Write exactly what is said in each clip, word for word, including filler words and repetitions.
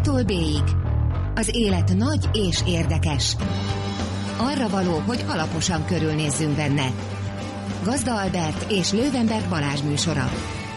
A-tól B-ig. Az élet nagy és érdekes. Arra való, hogy alaposan körülnézzünk benne. Gazda Albert és Lővenberg Balázs műsora.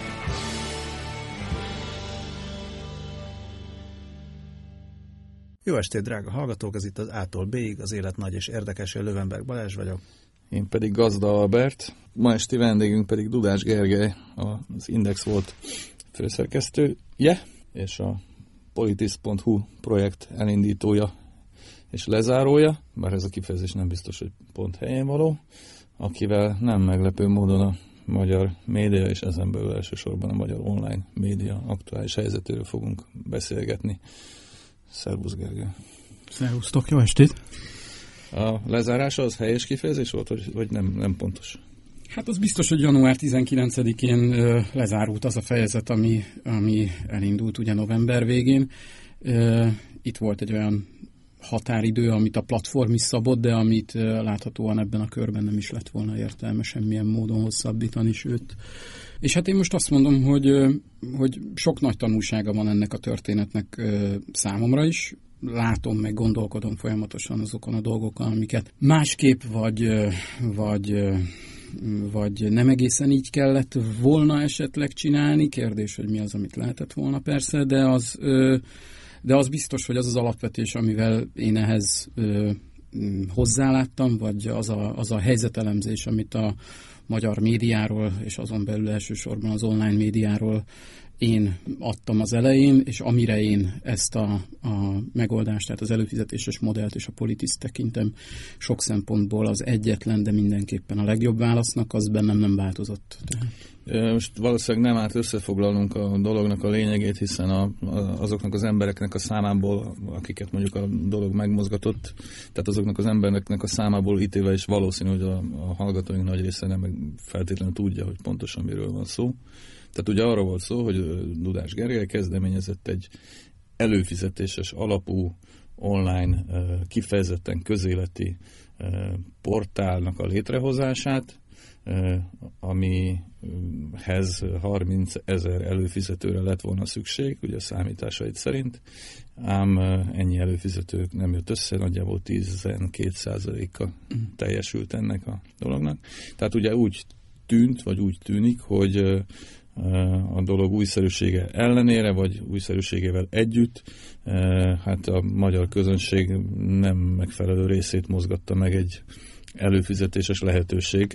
Jó estét, drága hallgatók! Ez itt az A-tól B-ig, az élet nagy és érdekes. Lővenberg Balázs vagyok. Én pedig Gazda Albert. Ma esti vendégünk pedig Dudás Gergely, az Index volt főszerkesztője, és a Politisz pont hu projekt elindítója és lezárója, bár ez a kifejezés nem biztos, hogy pont helyén való, akivel nem meglepő módon a magyar média, és ezen belül elsősorban a magyar online média aktuális helyzetéről fogunk beszélgetni. Szervusz, Gergely! Szervusztok, jó estét! A lezárása az helyes kifejezés volt, vagy, vagy nem, nem pontos? Hát az biztos, hogy január tizenkilencedikén ö, lezárult az a fejezet, ami, ami elindult ugye november végén. Ö, itt volt egy olyan határidő, amit a platform is szabott, de amit ö, láthatóan ebben a körben nem is lett volna értelme semmilyen módon hosszabbítani, sőt. És hát én most azt mondom, hogy, ö, hogy sok nagy tanulsága van ennek a történetnek ö, számomra is. Látom, meg gondolkodom folyamatosan azokon a dolgokon, amiket másképp vagy, vagy, vagy nem egészen így kellett volna esetleg csinálni. Kérdés, hogy mi az, amit lehetett volna persze, de az, de az biztos, hogy az az alapvetés, amivel én ehhez hozzáláttam, vagy az a, az a helyzetelemzés, amit a magyar médiáról, és azon belül elsősorban az online médiáról én adtam az elején, és amire én ezt a, a megoldást, tehát az előfizetéses modellt és a Politisz tekintem sok szempontból az egyetlen, de mindenképpen a legjobb válasznak, az bennem nem változott. Most valószínűleg nem árt összefoglalnunk a dolognak a lényegét, hiszen a, a, azoknak az embereknek a számából, akiket mondjuk a dolog megmozgatott, tehát azoknak az embereknek a számából ítélve is valószínű, hogy a, a hallgatóink nagy része nem feltétlenül tudja, hogy pontosan miről van szó. Tehát ugye arról volt szó, hogy Dudás Gergely kezdeményezett egy előfizetéses alapú online kifejezetten közéleti portálnak a létrehozását, amihez harminc ezer előfizetőre lett volna szükség, ugye a számításait szerint, ám ennyi előfizető nem jött össze, nagyjából tizenkét százaléka teljesült ennek a dolognak. Tehát ugye úgy tűnt, vagy úgy tűnik, hogy a dolog újszerűsége ellenére, vagy újszerűségével együtt, hát a magyar közönség nem megfelelő részét mozgatta meg egy előfizetéses lehetőség.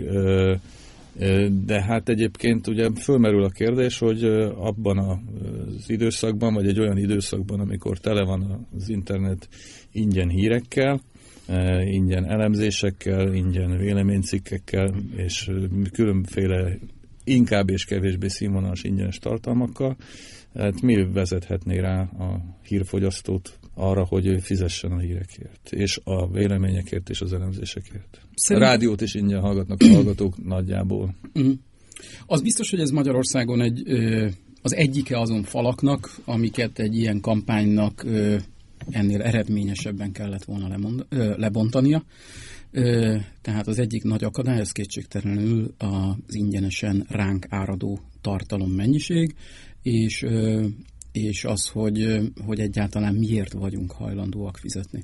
De hát egyébként ugye fölmerül a kérdés, hogy abban az időszakban, vagy egy olyan időszakban, amikor tele van az internet ingyen hírekkel, ingyen elemzésekkel, ingyen véleménycikkekkel, és különféle inkább és kevésbé színvonalas ingyenes tartalmakkal, hát mi vezethetné rá a hírfogyasztót arra, hogy fizessen a hírekért, és a véleményekért, és az elemzésekért. Szerintem... A rádiót is ingyen hallgatnak a hallgatók nagyjából. Uh-huh. Az biztos, hogy ez Magyarországon egy, az egyike azon falaknak, amiket egy ilyen kampánynak ennél eredményesebben kellett volna lemond, lebontania. Tehát az egyik nagy akadály, ez kétségtelenül az ingyenesen ránk áradó tartalom mennyiség, és, és az, hogy, hogy egyáltalán miért vagyunk hajlandóak fizetni.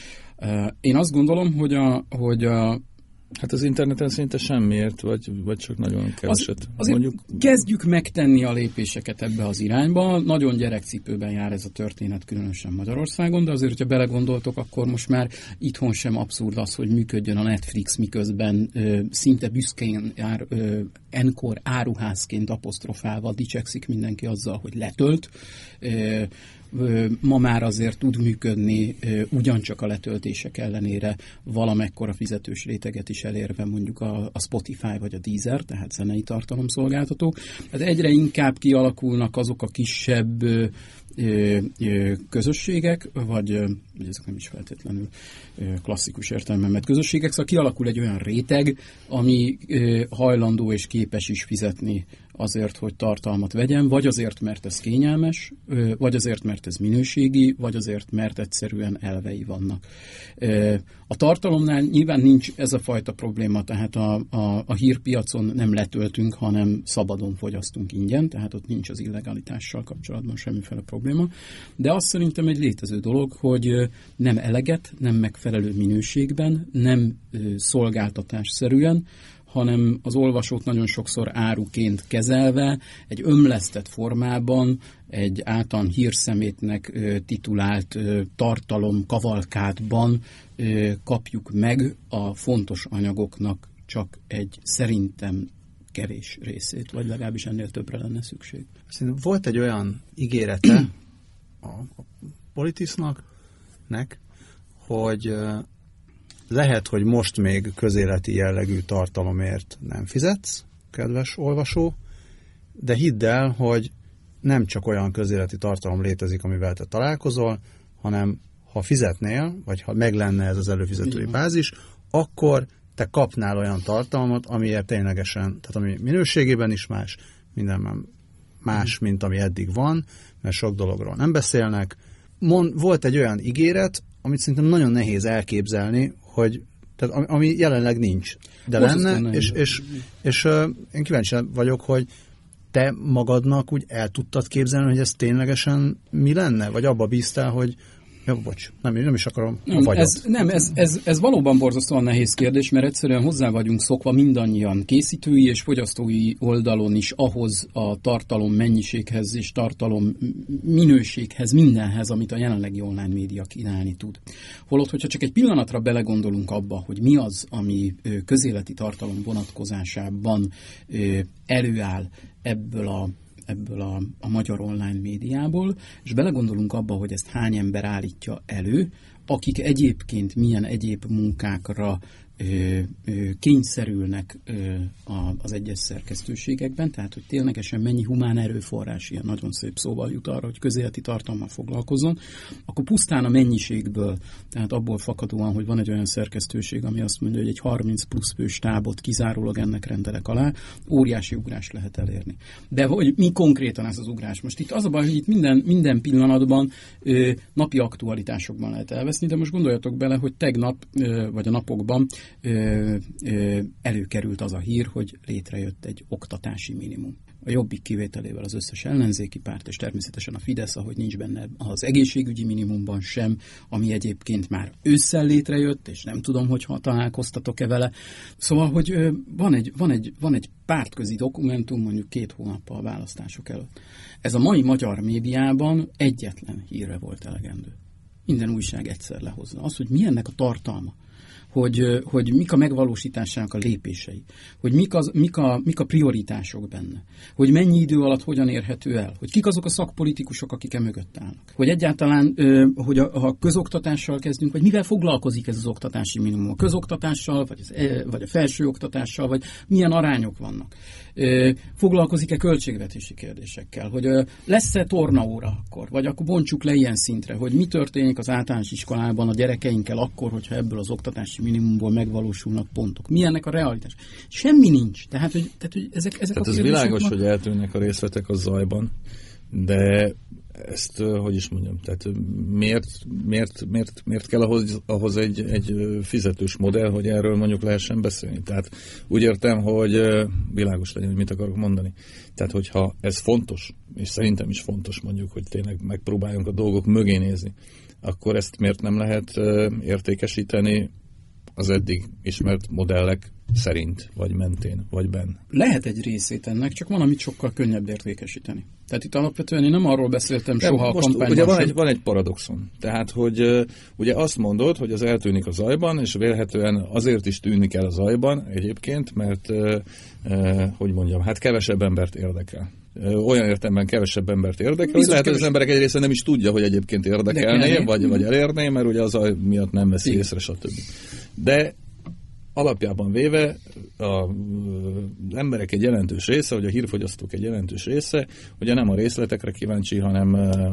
Én azt gondolom, hogy a, hogy a Hát az interneten szinte semmiért, vagy, vagy csak nagyon keveset. Az, mondjuk... Kezdjük megtenni a lépéseket ebbe az irányba. Nagyon gyerekcipőben jár ez a történet, különösen Magyarországon, de azért, hogyha belegondoltok, akkor most már itthon sem abszurd az, hogy működjön a Netflix, miközben ö, szinte büszkén jár, ö, enkor áruházként apostrofálva dicsekszik mindenki azzal, hogy letölt. Ö, Ma már azért tud működni ugyancsak a letöltések ellenére valamekkora fizetős réteget is elérve mondjuk a, a Spotify vagy a Deezer, tehát zenei tartalomszolgáltató. Hát egyre inkább kialakulnak azok a kisebb ö, ö, közösségek, vagy, vagy ezek nem is feltétlenül klasszikus értelemben, mert közösségek, szóval kialakul egy olyan réteg, ami ö, hajlandó és képes is fizetni azért, hogy tartalmat vegyen, vagy azért, mert ez kényelmes, vagy azért, mert ez minőségi, vagy azért, mert egyszerűen elvei vannak. A tartalomnál nyilván nincs ez a fajta probléma, tehát a, a, a hírpiacon nem letöltünk, hanem szabadon fogyasztunk ingyen, tehát ott nincs az illegalitással kapcsolatban semmiféle probléma. probléma, de azt szerintem egy létező dolog, hogy nem eleget, nem megfelelő minőségben, nem szolgáltatásszerűen, hanem az olvasót nagyon sokszor áruként kezelve, egy ömlesztett formában, egy általán hírszemétnek ö, titulált ö, tartalom kavalkádban ö, kapjuk meg a fontos anyagoknak csak egy szerintem kevés részét, vagy legalábbis ennél többre lenne szükség. Szerintem volt egy olyan ígérete a, a Politisznak, nek, hogy lehet, hogy most még közéleti jellegű tartalomért nem fizetsz, kedves olvasó, de hidd el, hogy nem csak olyan közéleti tartalom létezik, amivel te találkozol, hanem ha fizetnél, vagy ha meg lenne ez az előfizetői bázis, akkor te kapnál olyan tartalmat, amiért ténylegesen, tehát ami minőségében is más, mindenben más, mint ami eddig van, mert sok dologról nem beszélnek. Mon, volt egy olyan ígéret, amit szerintem nagyon nehéz elképzelni, hogy tehát ami jelenleg nincs, de most lenne, és, és, és, és uh, én kíváncsi vagyok, hogy te magadnak úgy el tudtad képzelni, hogy ez ténylegesen mi lenne? Vagy abba bíztál, hogy ja, bocs, nem, nem is akarom nem, ez, nem, ez, ez, ez valóban borzasztóan nehéz kérdés, mert egyszerűen hozzá vagyunk szokva mindannyian készítői és fogyasztói oldalon is ahhoz a tartalom mennyiséghez és tartalom minőséghez, mindenhez, amit a jelenlegi online média kínálni tud. Holott, hogyha csak egy pillanatra belegondolunk abba, hogy mi az, ami közéleti tartalom vonatkozásában előáll ebből a ebből a, a magyar online médiából, és belegondolunk abba, hogy ezt hány ember állítja elő, akik egyébként milyen egyéb munkákra ö, ö, kényszerülnek ö, a, az egyes szerkesztőségekben, tehát hogy ténylegesen mennyi humán erőforrás, ilyen nagyon szép szóval jut arra, hogy közéleti tartalommal foglalkozzon, akkor pusztán a mennyiségből, tehát abból fakadóan, hogy van egy olyan szerkesztőség, ami azt mondja, hogy egy harminc plusz fős tábot kizárólag ennek rendelek alá, óriási ugrás lehet elérni. De hogy mi konkrétan ez az ugrás? Most itt az a baj, hogy itt minden, minden pillanatban ö, napi aktualitásokban lehet elveszni, de most gondoljatok bele, hogy tegnap, ö, vagy a napokban Ö, ö, előkerült az a hír, hogy létrejött egy oktatási minimum. A Jobbik kivételével az összes ellenzéki párt, és természetesen a Fidesz, ahogy nincs benne az egészségügyi minimumban sem, ami egyébként már ősszel létrejött, és nem tudom, hogy ha találkoztatok-e vele. Szóval, hogy ö, van, egy, van, egy, van egy pártközi dokumentum, mondjuk két hónappal a választások előtt. Ez a mai magyar médiában egyetlen hírre volt elegendő. Minden újság egyszer lehozza. Az, hogy mi ennek a tartalma, Hogy, hogy mik a megvalósításának a lépései, hogy mik, az, mik, a, mik a prioritások benne, hogy mennyi idő alatt hogyan érhető el, hogy kik azok a szakpolitikusok, akik e mögött állnak. Hogy egyáltalán, hogy a, ha a közoktatással kezdünk, vagy mivel foglalkozik ez az oktatási minimum, a közoktatással, vagy, az, vagy a felsőoktatással, vagy milyen arányok vannak. Foglalkozik-e költségvetési kérdésekkel, hogy lesz-e tornaóra akkor, vagy akkor bontsuk le ilyen szintre, hogy mi történik az általános iskolában a gyerekeinkkel akkor, hogyha ebből az oktatási minimumból megvalósulnak pontok. Mi ennek a realitás? Semmi ninc. Tehát, hogy, tehát, hogy ezek, ezek tehát a ez világos, ma... hogy eltűnnek a részletek a zajban, de ezt, hogy is mondjam, tehát miért, miért, miért, miért kell ahhoz, ahhoz egy, egy fizetős modell, hogy erről mondjuk lehessen beszélni? Tehát úgy értem, hogy világos legyen, hogy mit akarok mondani. Tehát, hogyha ez fontos, és szerintem is fontos mondjuk, hogy tényleg megpróbáljunk a dolgok mögé nézni, akkor ezt miért nem lehet értékesíteni az eddig ismert modellek szerint, vagy mentén, vagy benn? Lehet egy részét ennek, csak van, amit sokkal könnyebb értékesíteni. Tehát itt alapvetően én nem arról beszéltem De soha most, a kampányban. Ugye van egy, van egy paradoxon. Tehát, hogy uh, ugye azt mondod, hogy az eltűnik a zajban, és vélhetően azért is tűnik el a zajban egyébként, mert uh, uh, hogy mondjam, hát kevesebb embert érdekel. Olyan értelemben kevesebb embert érdekel, hogy lehet, hogy az emberek egy része nem is tudja, hogy egyébként érdekelné, vagy, vagy elérné, mert ugye az zaj miatt nem veszi Igen. észre, stb. De alapjában véve az emberek egy jelentős része, vagy a hírfogyasztók egy jelentős része, ugye nem a részletekre kíváncsi, hanem,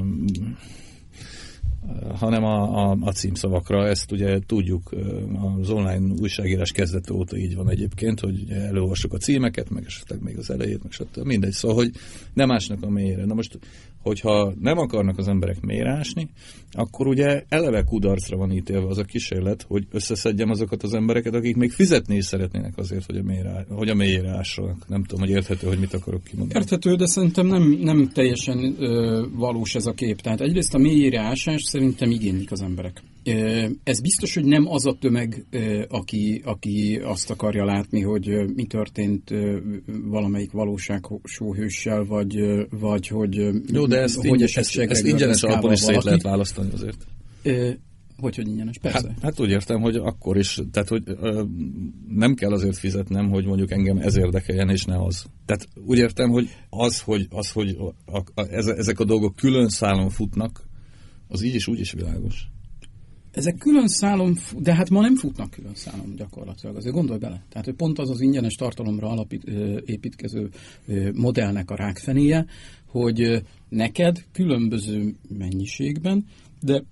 hanem a, a, a címszavakra. Ezt ugye tudjuk, az online újságírás kezdete óta így van egyébként, hogy előolvassuk a címeket, meg esetleg még az elejét, meg stb. Mindegy, szóval, hogy nem ásnak a mélyére. Na most hogyha nem akarnak az emberek mélyre ásni, akkor ugye eleve kudarcra van ítélve az a kísérlet, hogy összeszedjem azokat az embereket, akik még fizetni is szeretnének azért, hogy a mélyre, hogy a mélyre ássanak. Nem tudom, hogy érthető, hogy mit akarok kimondani. Érthető, de szerintem nem, nem teljesen ö, valós ez a kép. Tehát egyrészt a mélyére ásás szerintem igénylik az emberek. Ez biztos, hogy nem az a tömeg, aki, aki azt akarja látni, hogy mi történt valamelyik valóságsóhőssel, vagy, vagy hogy... Jó, de ezt, hogy ingyen, ezt, ezt ingyenes alapon is szét lehet választani azért. Hogy, hogy ingyenes? Persze. Hát, hát úgy értem, hogy akkor is, tehát hogy ö, nem kell azért fizetnem, hogy mondjuk engem ez érdekeljen, és ne az. Tehát úgy értem, hogy az, hogy, az, hogy a, a, ezek a dolgok külön szálon futnak, az így is úgy is világos. Ezek külön szálon, de hát ma nem futnak külön szálon gyakorlatilag, azért gondolj bele. Tehát, hogy pont az az ingyenes tartalomra alapít, építkező modellnek a rákfenéje, hogy neked különböző mennyiségben, de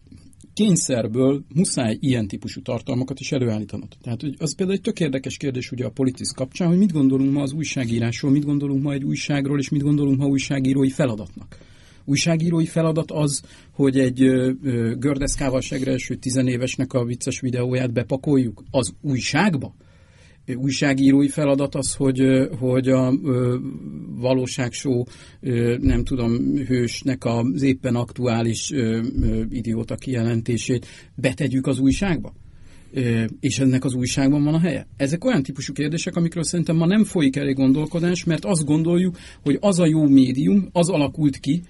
kényszerből muszáj ilyen típusú tartalmakat is előállítanod. Tehát hogy az például egy tök érdekes kérdés ugye a Politisz kapcsán, hogy mit gondolunk ma az újságírásról, mit gondolunk ma egy újságról, és mit gondolunk ma újságírói feladatnak. Újságírói feladat az, hogy egy ö, ö, gördeszkával segre eső tizenévesnek a vicces videóját bepakoljuk az újságba. Újságírói feladat az, hogy, hogy a ö, valóságshow, ö, nem tudom, hősnek az éppen aktuális ö, ö, idióta kijelentését betegyük az újságba. Ö, és ennek az újságban van a helye. Ezek olyan típusú kérdések, amikről szerintem ma nem folyik elég gondolkodás, mert azt gondoljuk, hogy az a jó médium, az alakult ki,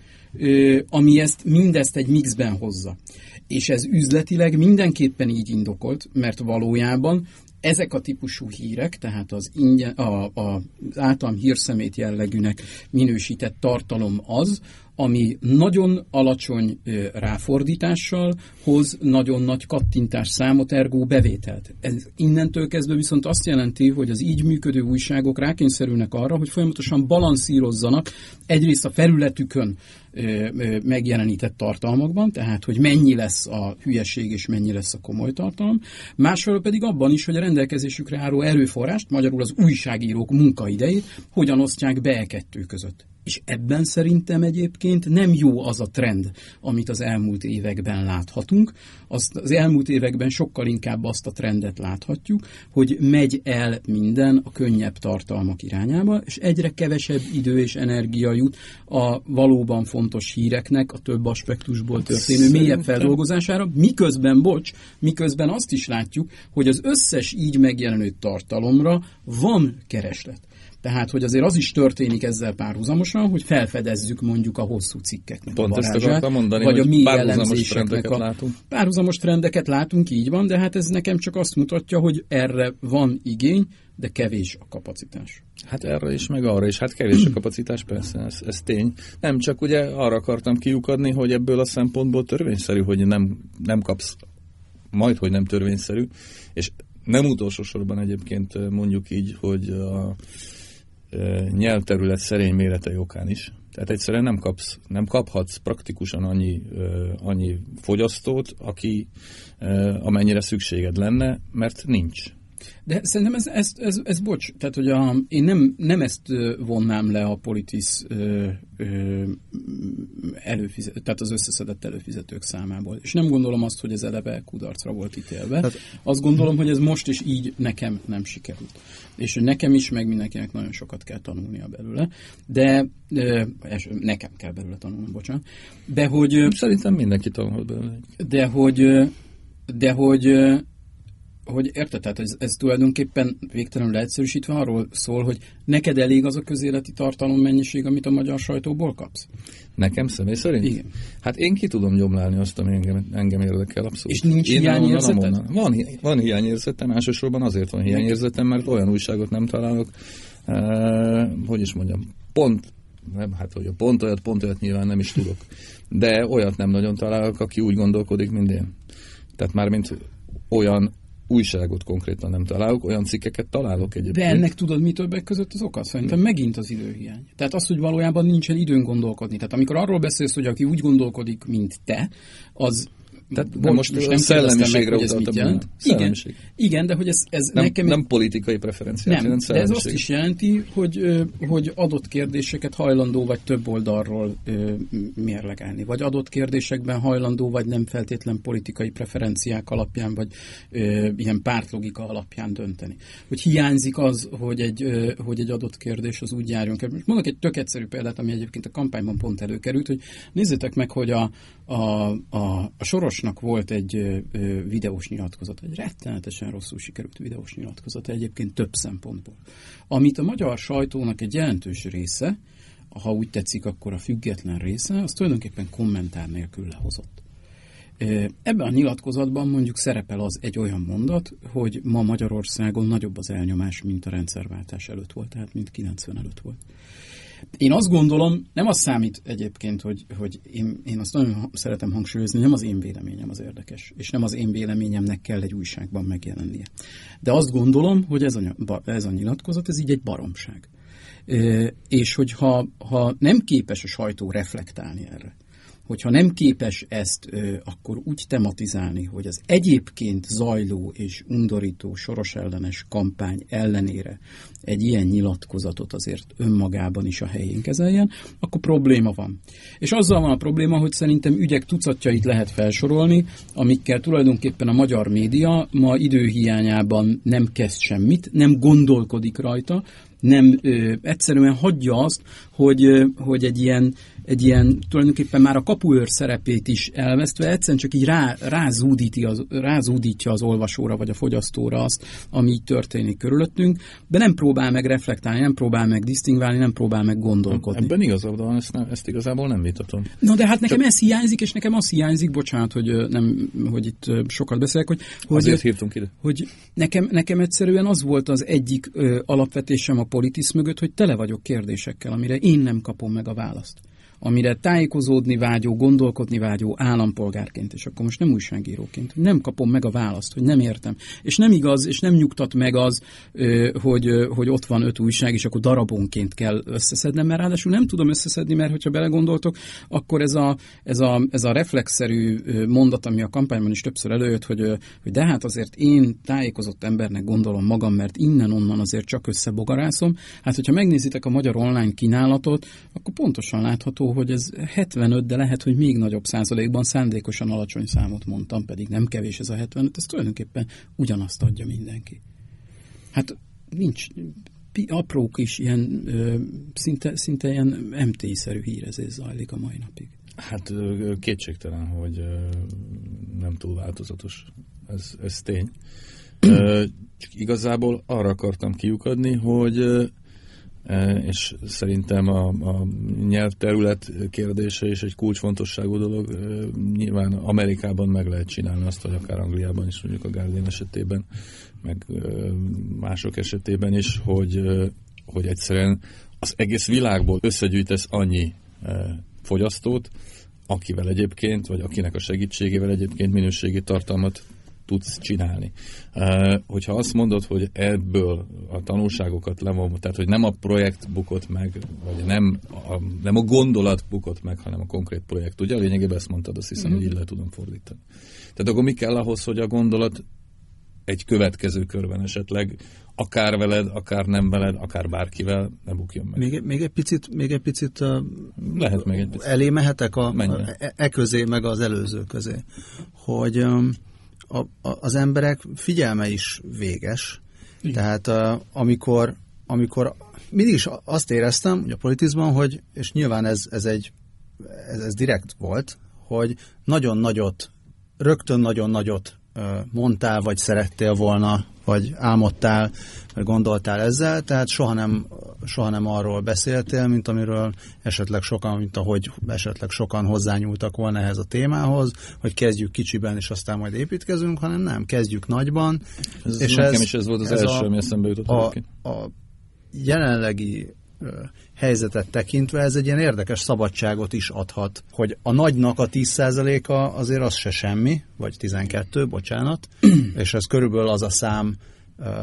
ami ezt, mindezt egy mixben hozza. És ez üzletileg mindenképpen így indokolt, mert valójában ezek a típusú hírek, tehát az, ingyen, a, a, az általam hírszemét jellegűnek minősített tartalom az, ami nagyon alacsony ráfordítással hoz nagyon nagy kattintás számot, ergo bevételt. Ez innentől kezdve viszont azt jelenti, hogy az így működő újságok rákényszerülnek arra, hogy folyamatosan balanszírozzanak egyrészt a felületükön megjelenített tartalmakban, tehát hogy mennyi lesz a hülyeség és mennyi lesz a komoly tartalom, másfelől pedig abban is, hogy a rendelkezésükre álló erőforrást, magyarul az újságírók munkaidejét hogyan osztják be e kettő között. És ebben szerintem egyébként nem jó az a trend, amit az elmúlt években láthatunk. Azt az elmúlt években sokkal inkább azt a trendet láthatjuk, hogy megy el minden a könnyebb tartalmak irányába, és egyre kevesebb idő és energia jut a valóban fontos híreknek a több aspektusból történő mélyebb feldolgozására, miközben, bocs, miközben azt is látjuk, hogy az összes így megjelenő tartalomra van kereslet. Tehát, hogy azért az is történik ezzel párhuzamosan, hogy felfedezzük mondjuk a hosszú cikkeknek Pont a varázsát, mondani, vagy a mély párhuzamos trendeket a... látunk. Párhuzamos trendeket látunk, így van, de hát ez nekem csak azt mutatja, hogy erre van igény, de kevés a kapacitás. Hát erre is, meg arra is. Hát kevés a kapacitás, persze, ez, ez tény. Nem, csak ugye arra akartam kiukadni, hogy ebből a szempontból törvényszerű, hogy nem, nem kapsz, majd, hogy nem törvényszerű, és nem utolsó sorban egyébként mondjuk így, hogy a nyelvterület szerény méretei okán is. Tehát egyszerűen nem kapsz, nem kaphatsz praktikusan annyi, annyi fogyasztót, aki amennyire szükséged lenne, mert nincs. De szerintem ez, ez, ez, ez bocs, tehát hogy a, én nem, nem ezt vonnám le a Politisz előfizet, tehát az összeszedett előfizetők számából. És nem gondolom azt, hogy ez eleve kudarcra volt ítélve. Hát, azt gondolom, hogy ez most is így nekem nem sikerült. És nekem is, meg mindenkinek nagyon sokat kell tanulnia belőle. De nekem kell belőle tanulnom, bocsánat. De hogy... Szerintem mindenki tanul belőle. De hogy... De hogy hogy érted, tehát ez, ez tulajdonképpen végtelenül leegyszerűsítve arról szól, hogy neked elég az a közéleti tartalom mennyiség, amit a magyar sajtóból kapsz? Nekem személy szerint? Igen. Hát én ki tudom gyomlálni azt, ami engem, engem érdekel abszolút. És nincs hiányérzeted? Van, van hiányérzetem, elsősorban azért van hiányérzetem, mert olyan újságot nem találok, eh, hogy is mondjam, pont, nem, hát hogy a pont olyat, pont olyat nyilván nem is tudok, de olyat nem nagyon találok, aki úgy gondolkodik, mint én. Tehát mármint olyan újságot konkrétan nem találok, olyan cikkeket találok egyébként. De ennek tudod, mi többek között az oka? Szerintem mi? Megint az időhiány. Tehát az, hogy valójában nincsen időn gondolkodni. Tehát amikor arról beszélsz, hogy aki úgy gondolkodik, mint te, az Tehát Bon, most, most nem szellemiségre meg, hogy ez mit jelent. Igen, igen, de hogy ez, ez nem, nekem... Nem politikai preferenciák, nem, de ez azt is jelenti, hogy, hogy adott kérdéseket hajlandó vagy több oldalról mérlegelni, vagy adott kérdésekben hajlandó vagy nem feltétlen politikai preferenciák alapján, vagy ö, ilyen pártlogika alapján dönteni. Hogy hiányzik az, hogy egy, ö, hogy egy adott kérdés az úgy járjon kell. Most mondok egy tök egyszerű példát, ami egyébként a kampányban pont előkerült, hogy nézzétek meg, hogy a, a, a, a Sorosnak volt egy ö, ö, videós nyilatkozat, egy rettenetesen rosszul sikerült videós nyilatkozat egyébként több szempontból. Amit a magyar sajtónak egy jelentős része, ha úgy tetszik, akkor a független része, az tulajdonképpen kommentár nélkül lehozott. Ebben a nyilatkozatban mondjuk szerepel az egy olyan mondat, hogy ma Magyarországon nagyobb az elnyomás, mint a rendszerváltás előtt volt, tehát mint kilencven előtt volt. Én azt gondolom, nem az számít egyébként, hogy, hogy én, én azt nagyon szeretem hangsúlyozni, nem az én véleményem az érdekes, és nem az én véleményemnek kell egy újságban megjelennie. De azt gondolom, hogy ez a, ez a nyilatkozat, ez így egy baromság. E, és hogyha ha nem képes a sajtó reflektálni erre, hogyha nem képes ezt ö, akkor úgy tematizálni, hogy az egyébként zajló és undorító soros ellenes kampány ellenére egy ilyen nyilatkozatot azért önmagában is a helyén kezeljen, akkor probléma van. És azzal van a probléma, hogy szerintem ügyek tucatjait lehet felsorolni, amikkel tulajdonképpen a magyar média ma időhiányában nem kezd semmit, nem gondolkodik rajta, nem ö, egyszerűen hagyja azt, hogy, ö, hogy egy ilyen, egy ilyen tulajdonképpen már a kapuőr szerepét is elvesztve egyszerűen csak így rá, rázúdítja, az, rázúdítja az olvasóra vagy a fogyasztóra azt, ami így történik körülöttünk, de nem próbál meg reflektálni, nem próbál meg disztingválni, nem próbál meg gondolkodni. Ebben igazad van, ezt, nem, ezt igazából nem vitatom. Na de hát nekem csak... ez hiányzik, és nekem az hiányzik, bocsánat, hogy, nem, hogy itt sokat beszélek, hogy, hogy, azért hívtunk ide. Hogy nekem, nekem egyszerűen az volt az egyik ö, alapvetésem a Politisz mögött, hogy tele vagyok kérdésekkel, amire én nem kapom meg a választ. Amire tájékozódni vágyó, gondolkodni vágyó állampolgárként, és akkor most nem újságíróként, hogy nem kapom meg a választ, hogy nem értem. És nem igaz, és nem nyugtat meg az, hogy, hogy ott van öt újság, és akkor darabonként kell összeszednem, mert ráadásul nem tudom összeszedni, mert hogyha belegondoltok, akkor ez a, ez a, ez a reflexzerű mondat, ami a kampányban is többször előjött, hogy, hogy de hát azért én tájékozott embernek gondolom magam, mert innen-onnan azért csak összebogarászom. Hát, hogyha megnézitek a magyar online kínálatot, akkor pontosan látható, hogy ez hetvenöt, de lehet, hogy még nagyobb százalékban szándékosan alacsony számot mondtam, pedig nem kevés ez a hetvenöt, ez tulajdonképpen ugyanazt adja mindenki. Hát nincs, apró kis ilyen, szinte, szinte ilyen em té í-szerű hírezés zajlik a mai napig. Hát kétségtelen, hogy nem túl változatos, ez, ez tény. Csak igazából arra akartam kiukadni, hogy és szerintem a, a nyelvterület kérdése is egy kulcsfontosságú dolog. Nyilván Amerikában meg lehet csinálni azt, vagy akár Angliában is, mondjuk a Guardian esetében, meg mások esetében is, hogy, hogy egyszerűen az egész világból összegyűjtesz annyi fogyasztót, akivel egyébként, vagy akinek a segítségével egyébként minőségi tartalmat tudsz csinálni. Uh, hogyha azt mondod, hogy ebből a tanulságokat levonva, tehát hogy nem a projekt bukott meg, vagy nem a, nem a gondolat bukott meg, hanem a konkrét projekt. Ugye? Lényegében ezt mondtad, azt hiszem, mm-hmm. hogy így le tudom fordítani. Tehát akkor mi kell ahhoz, hogy a gondolat egy következő körben esetleg akár veled, akár nem veled, akár bárkivel ne bukjon meg. Még, még egy picit, még egy picit lehet még egy picit. Elé mehetek a, a, e közé, meg az előző közé, hogy um, A, a, az emberek figyelme is véges. Igen. Tehát a, amikor, amikor mindig is azt éreztem, hogy a Politiszban, hogy, és nyilván ez, ez egy ez, ez direkt volt, hogy nagyon nagyot, rögtön nagyon nagyot mondtál, vagy szerettél volna, vagy álmodtál, vagy gondoltál ezzel, tehát soha nem, soha nem arról beszéltél, mint amiről esetleg sokan, mint ahogy esetleg sokan hozzányúltak volna ehhez a témához, hogy kezdjük kicsiben, és aztán majd építkezünk, hanem nem, kezdjük nagyban. Ez és nekem ez, is ez volt az ez első, a, ami eszembe jutott. A, a jelenlegi helyzetet tekintve ez egy ilyen érdekes szabadságot is adhat, hogy a nagynak a tíz százaléka azért az se semmi, vagy tizenkettő, bocsánat, és ez körülbelül az a szám,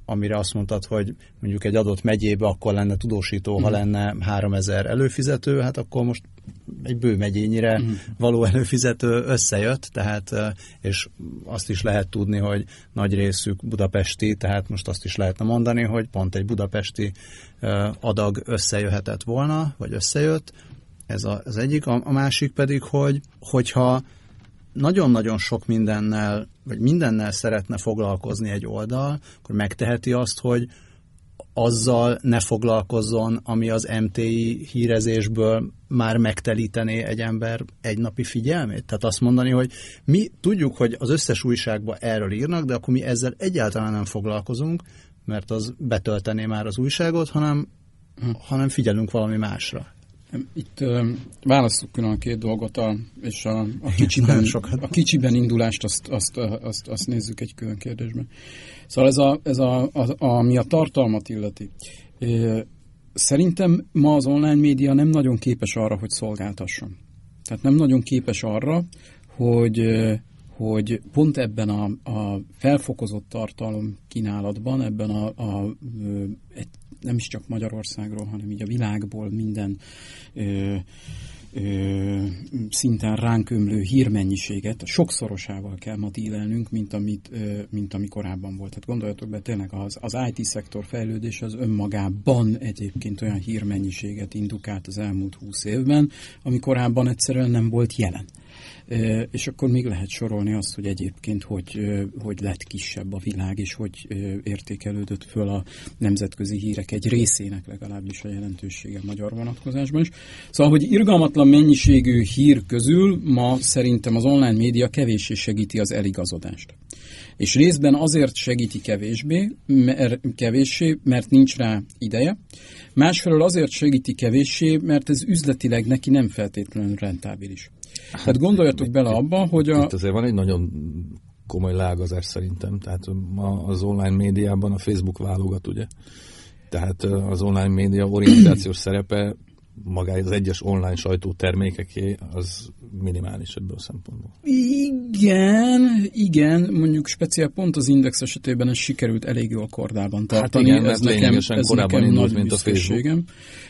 amire azt mondtad, hogy mondjuk egy adott megyébe akkor lenne tudósító, mm. ha lenne háromezer előfizető, hát akkor most egy bő megyényire mm. való előfizető összejött, tehát, és azt is lehet tudni, hogy nagy részük budapesti, tehát most azt is lehetne mondani, hogy pont egy budapesti adag összejöhetett volna, vagy összejött. Ez a, az egyik. A, a másik pedig, hogy hogyha nagyon-nagyon sok mindennel, vagy mindennel szeretne foglalkozni egy oldal, akkor megteheti azt, hogy azzal ne foglalkozzon, ami az em té i hírezésből már megtelítené egy ember egynapi figyelmét. Tehát azt mondani, hogy mi tudjuk, hogy az összes újságban erről írnak, de akkor mi ezzel egyáltalán nem foglalkozunk, mert az betöltené már az újságot, hanem, hm. hanem figyelünk valami másra. Itt uh, választjuk külön a két dolgot, a, és a, a, kicsiben, a kicsiben indulást, azt, azt, azt, azt nézzük egy külön kérdésben. Szóval ez, a, ez a, a, a, ami a tartalmat illeti. Szerintem ma az online média nem nagyon képes arra, hogy szolgáltasson. Tehát nem nagyon képes arra, hogy, hogy pont ebben a, a felfokozott tartalom kínálatban, ebben a, a egy, nem is csak Magyarországról, hanem így a világból minden ö, ö, szinten ránk ömlő hírmennyiséget sokszorosával kell ma dílelnünk, mint, amit, ö, mint ami korábban volt. Tehát gondoljatok be, tényleg az, az i té szektor fejlődés az önmagában egyébként olyan hírmennyiséget indukált az elmúlt húsz évben, ami korábban egyszerűen nem volt jelen. E, és akkor még lehet sorolni azt, hogy egyébként hogy, hogy lett kisebb a világ, és hogy értékelődött föl a nemzetközi hírek egy részének legalábbis a jelentősége magyar vonatkozásban is. Szóval, hogy irgalmatlan mennyiségű hír közül ma szerintem az online média kevéssé segíti az eligazodást. És részben azért segíti kevésbé, mert, kevéssé, mert nincs rá ideje. Másfelől azért segíti kevéssé, mert ez üzletileg neki nem feltétlenül rentábilis. Hát, tehát gondoljatok bele abba, hogy a... Itt azért van egy nagyon komoly lágazás szerintem. Tehát ma az online médiában a Facebook válogat, ugye? Tehát az online média orientációs szerepe magány az egyes online sajtó termékeké az minimális ebből a szempontból. Igen, igen, mondjuk speciál pont az Index esetében ez sikerült elég jól kordában tartani. Hát igen, ez mert lényegesen ez korábban indult, mint a Facebook.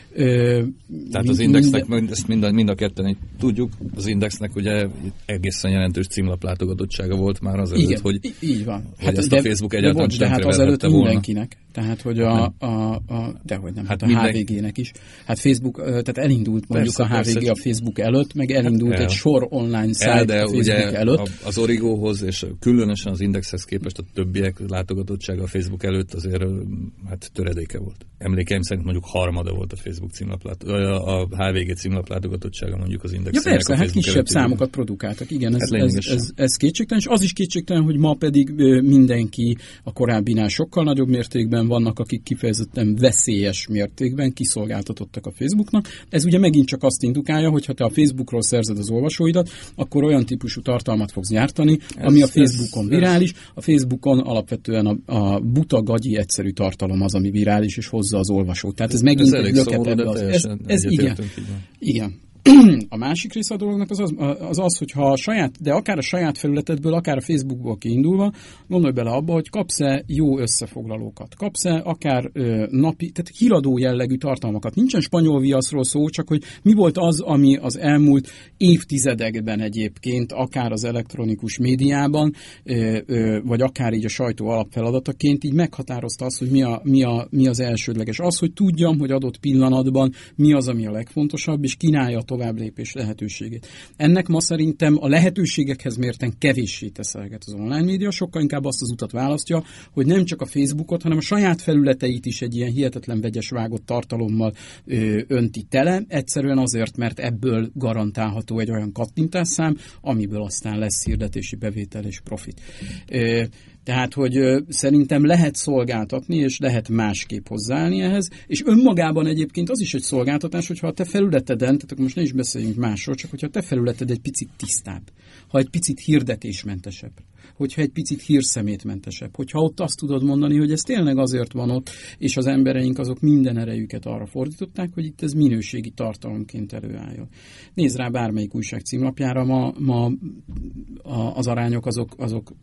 Ö, Tehát az Indexnek, minden... ezt mind a, mind a ketten tudjuk, az Indexnek ugye egészen jelentős címlaplátogatottsága volt már azért, igen, hogy, így van. hogy hát ezt de, a Facebook egyáltalán de, de hát azelőtt mindenkinek. Tehát, hogy a, a, a dehogy nem, hát, hát a minden... há vé gének is. Hát Facebook, tehát elindult mondjuk persze, a há vé gé persze, a Facebook előtt, meg elindult hát egy sor online szájt a Facebook ugye előtt. Az Origóhoz és különösen az Indexhez képest a többiek látogatottsága a Facebook előtt azért hát töredéke volt. Emlékeim szerint mondjuk harmada volt a Facebook címlaplát, a há vé gé címlaplátogatotsága mondjuk az Indexnek. Ja persze, hát kisebb számokat produkáltak, igen, ez, hát ez, ez, ez kétségtelen, és az is kétségtelen, hogy ma pedig mindenki a korábbinál sokkal nagyobb mértékben vannak, akik kifejezetten veszélyes mértékben kiszolgáltatottak a Facebooknak. Ez ugye megint csak azt indukálja, hogy ha te a Facebookról szerzed az olvasóidat, akkor olyan típusú tartalmat fogsz gyártani, ez, ami a Facebookon ez, virális. A Facebookon alapvetően a, a buta, gagyi, egyszerű tartalom az, ami virális, és hozza az olvasót. Tehát ez, ez megint egy löket ebbe az. Ez, ez igen. Igen. A másik része a dolognak az az, az az, hogy ha a saját, de akár a saját felületedből, akár a Facebookból kiindulva, gondolj bele abba, hogy kapsz-e jó összefoglalókat, kapsz-e akár ö, napi, tehát híradó jellegű tartalmakat. Nincsen spanyol viaszról szó, csak hogy mi volt az, ami az elmúlt évtizedekben egyébként, akár az elektronikus médiában, ö, ö, vagy akár így a sajtó alapfeladataként így meghatározta azt, hogy mi, a, mi, a, mi az elsődleges. Az, hogy tudjam, hogy adott pillanatban mi az, ami a legfontosabb, és kínálja tovább lépés lehetőségét. Ennek ma szerintem a lehetőségekhez mérten kevéssé teszelget az online média, sokkal inkább azt az utat választja, hogy nem csak a Facebookot, hanem a saját felületeit is egy ilyen hihetetlen vegyes vágott tartalommal ö, önti tele, egyszerűen azért, mert ebből garantálható egy olyan kattintásszám, amiből aztán lesz hirdetési bevétel és profit. Ö, Tehát, hogy ö, szerintem lehet szolgáltatni, és lehet másképp hozzáállni ehhez, és önmagában egyébként az is egy szolgáltatás, hogyha a te felületeden, tehát most ne is beszéljünk másról, csak hogyha a te felületed egy picit tisztább, ha egy picit hirdetésmentesebb, hogyha egy picit hírszemétmentesebb, hogyha ott azt tudod mondani, hogy ez tényleg azért van ott, és az embereink azok minden erejüket arra fordították, hogy itt ez minőségi tartalomként előálljon. Nézd rá bármelyik újság címlapjára, ma, ma az arányok azok, azok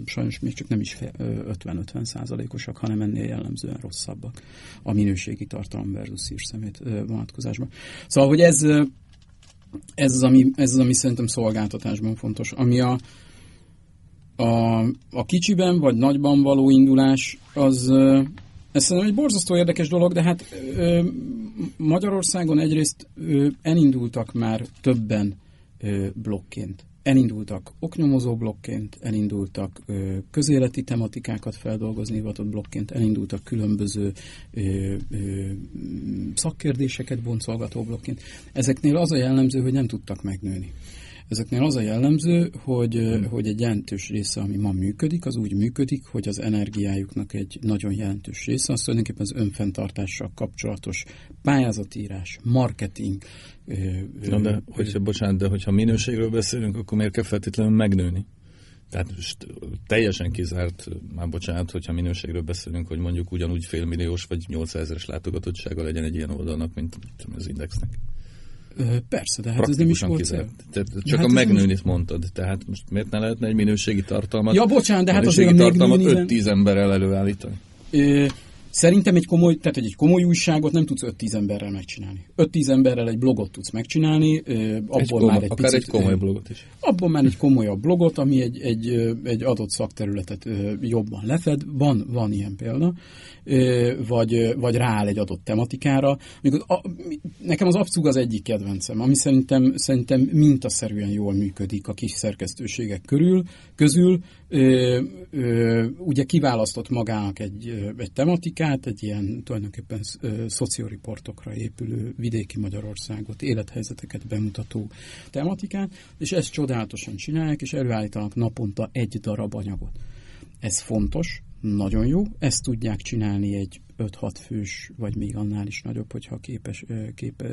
sajnos még csak nem is ötven-ötven százalékosak, hanem ennél jellemzően rosszabbak a minőségi tartalom versus szírszemét vonatkozásban. Szóval, hogy ez, ez, az, ami, ez az, ami szerintem szolgáltatásban fontos. Ami a, a, a kicsiben vagy nagyban való indulás, az ez szerintem egy borzasztó érdekes dolog, de hát ö, Magyarországon egyrészt ö, elindultak már többen ö, blokként. Elindultak oknyomozó blokként, elindultak ö, közéleti tematikákat feldolgozni hivatott blokként, elindultak különböző ö, ö, szakkérdéseket boncolgató blokként. Ezeknél az a jellemző, hogy nem tudtak megnőni. Ezeknél az a jellemző, hogy, hmm. hogy egy jelentős része, ami ma működik, az úgy működik, hogy az energiájuknak egy nagyon jelentős része, az tulajdonképpen az önfenntartással kapcsolatos pályázatírás, marketing. Na de, hogyha, bocsánat, de hogyha minőségről beszélünk, akkor miért kell feltétlenül megnőni? Tehát most teljesen kizárt, már bocsánat, hogyha minőségről beszélünk, hogy mondjuk ugyanúgy félmilliós vagy nyolcszázezeres látogatottsága legyen egy ilyen oldalnak, mint az Indexnek. Persze, de hát ez nem is volt cél. Csak hát a megnőni most... mondtad, tehát most miért ne lehetne egy minőségi tartalmat? Ja, bocsánat, de hát azért a tartalmat öt-tíz emberrel előállítani? Ö, szerintem egy komoly, tehát egy komoly újságot nem tudsz öt-tíz emberrel megcsinálni. öt-tíz emberrel egy blogot tudsz megcsinálni, ö, abból egy komoly, már egy akár picit, egy komoly blogot is. Abban már egy komolyabb blogot, ami egy, egy, egy adott szakterületet jobban lefed. Van, van ilyen példa. Vagy, vagy rááll egy adott tematikára. A, nekem az Abcug az egyik kedvencem, ami szerintem, szerintem mintaszerűen jól működik a kis szerkesztőségek körül, közül. Ö, ö, ugye kiválasztott magának egy, egy tematikát, egy ilyen tulajdonképpen ö, szocioriportokra épülő vidéki Magyarországot, élethelyzeteket bemutató tematikát, és ezt csodálatosan csinálják, és előállítanak naponta egy darab anyagot. Ez fontos, nagyon jó, ezt tudják csinálni egy öt-hat fős, vagy még annál is nagyobb, hogyha képes, kép,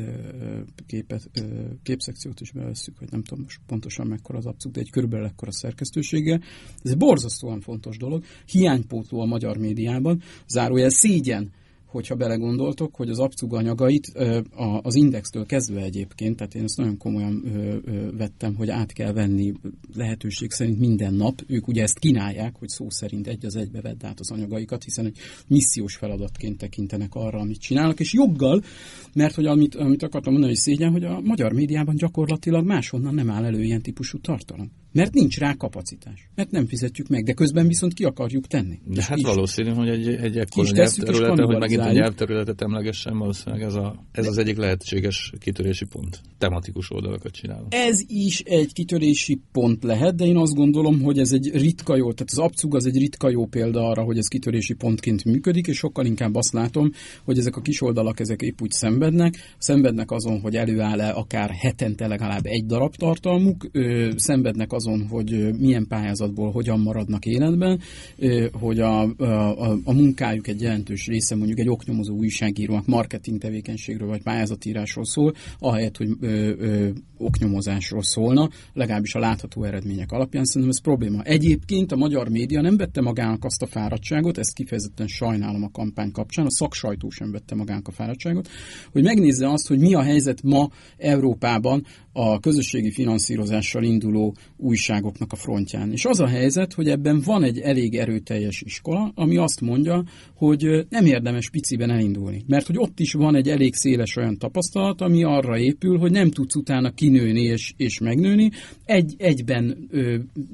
képet, képszekciót is bevesszük, hogy nem tudom most pontosan mekkora az Abcug, de egy körülbelül ekkora szerkesztőséggel. Ez egy borzasztóan fontos dolog, hiánypótló a magyar médiában, zárójel szégyen, hogyha belegondoltok, hogy az Abcug anyagait az Indextől kezdve egyébként, tehát én ezt nagyon komolyan vettem, hogy át kell venni lehetőség szerint minden nap. Ők ugye ezt kínálják, hogy szó szerint egy az egybe vedd át az anyagaikat, hiszen egy missziós feladatként tekintenek arra, amit csinálnak, és joggal, mert hogy amit, amit akartam mondani, hogy szégyen, hogy a magyar médiában gyakorlatilag máshonnan nem áll elő ilyen típusú tartalom. Mert nincs rá kapacitás. Mert nem fizetjük meg, de közben viszont ki akarjuk tenni. De hát valószínű, hogy egy, egy ekkora nyelvterülete, hogy megint a nyelvterületet emlegessen, valószínűleg ez, a, ez az egyik lehetséges kitörési pont. Tematikus oldalakat csinálunk. Ez is egy kitörési pont lehet, de én azt gondolom, hogy ez egy ritka jó, tehát az Abcug az egy ritka jó példa arra, hogy ez kitörési pontként működik, és sokkal inkább azt látom, hogy ezek a kis oldalak, ezek épp úgy szenvednek, szenvednek azon, hogy előáll-e akár hetente legalább egy darab tartalmuk, ö, szenvednek azon, hogy milyen pályázatból hogyan maradnak életben, hogy a, a, a munkájuk egy jelentős része mondjuk egy oknyomozó újságírónak marketing tevékenységről vagy pályázatírásról szól, ahelyett, hogy ö, ö, oknyomozásról szólna, legalábbis a látható eredmények alapján. Szerintem ez probléma. Egyébként a magyar média nem vette magának azt a fáradtságot, ezt kifejezetten sajnálom a kampány kapcsán, a szaksajtó sem vette magának a fáradtságot, hogy megnézze azt, hogy mi a helyzet ma Európában a közösségi finanszírozással induló újságoknak a frontján. És az a helyzet, hogy ebben van egy elég erőteljes iskola, ami azt mondja, hogy nem érdemes piciben elindulni. Mert hogy ott is van egy elég széles olyan tapasztalat, ami arra épül, hogy nem tudsz utána kinőni és, és megnőni. Egy, egyben ö,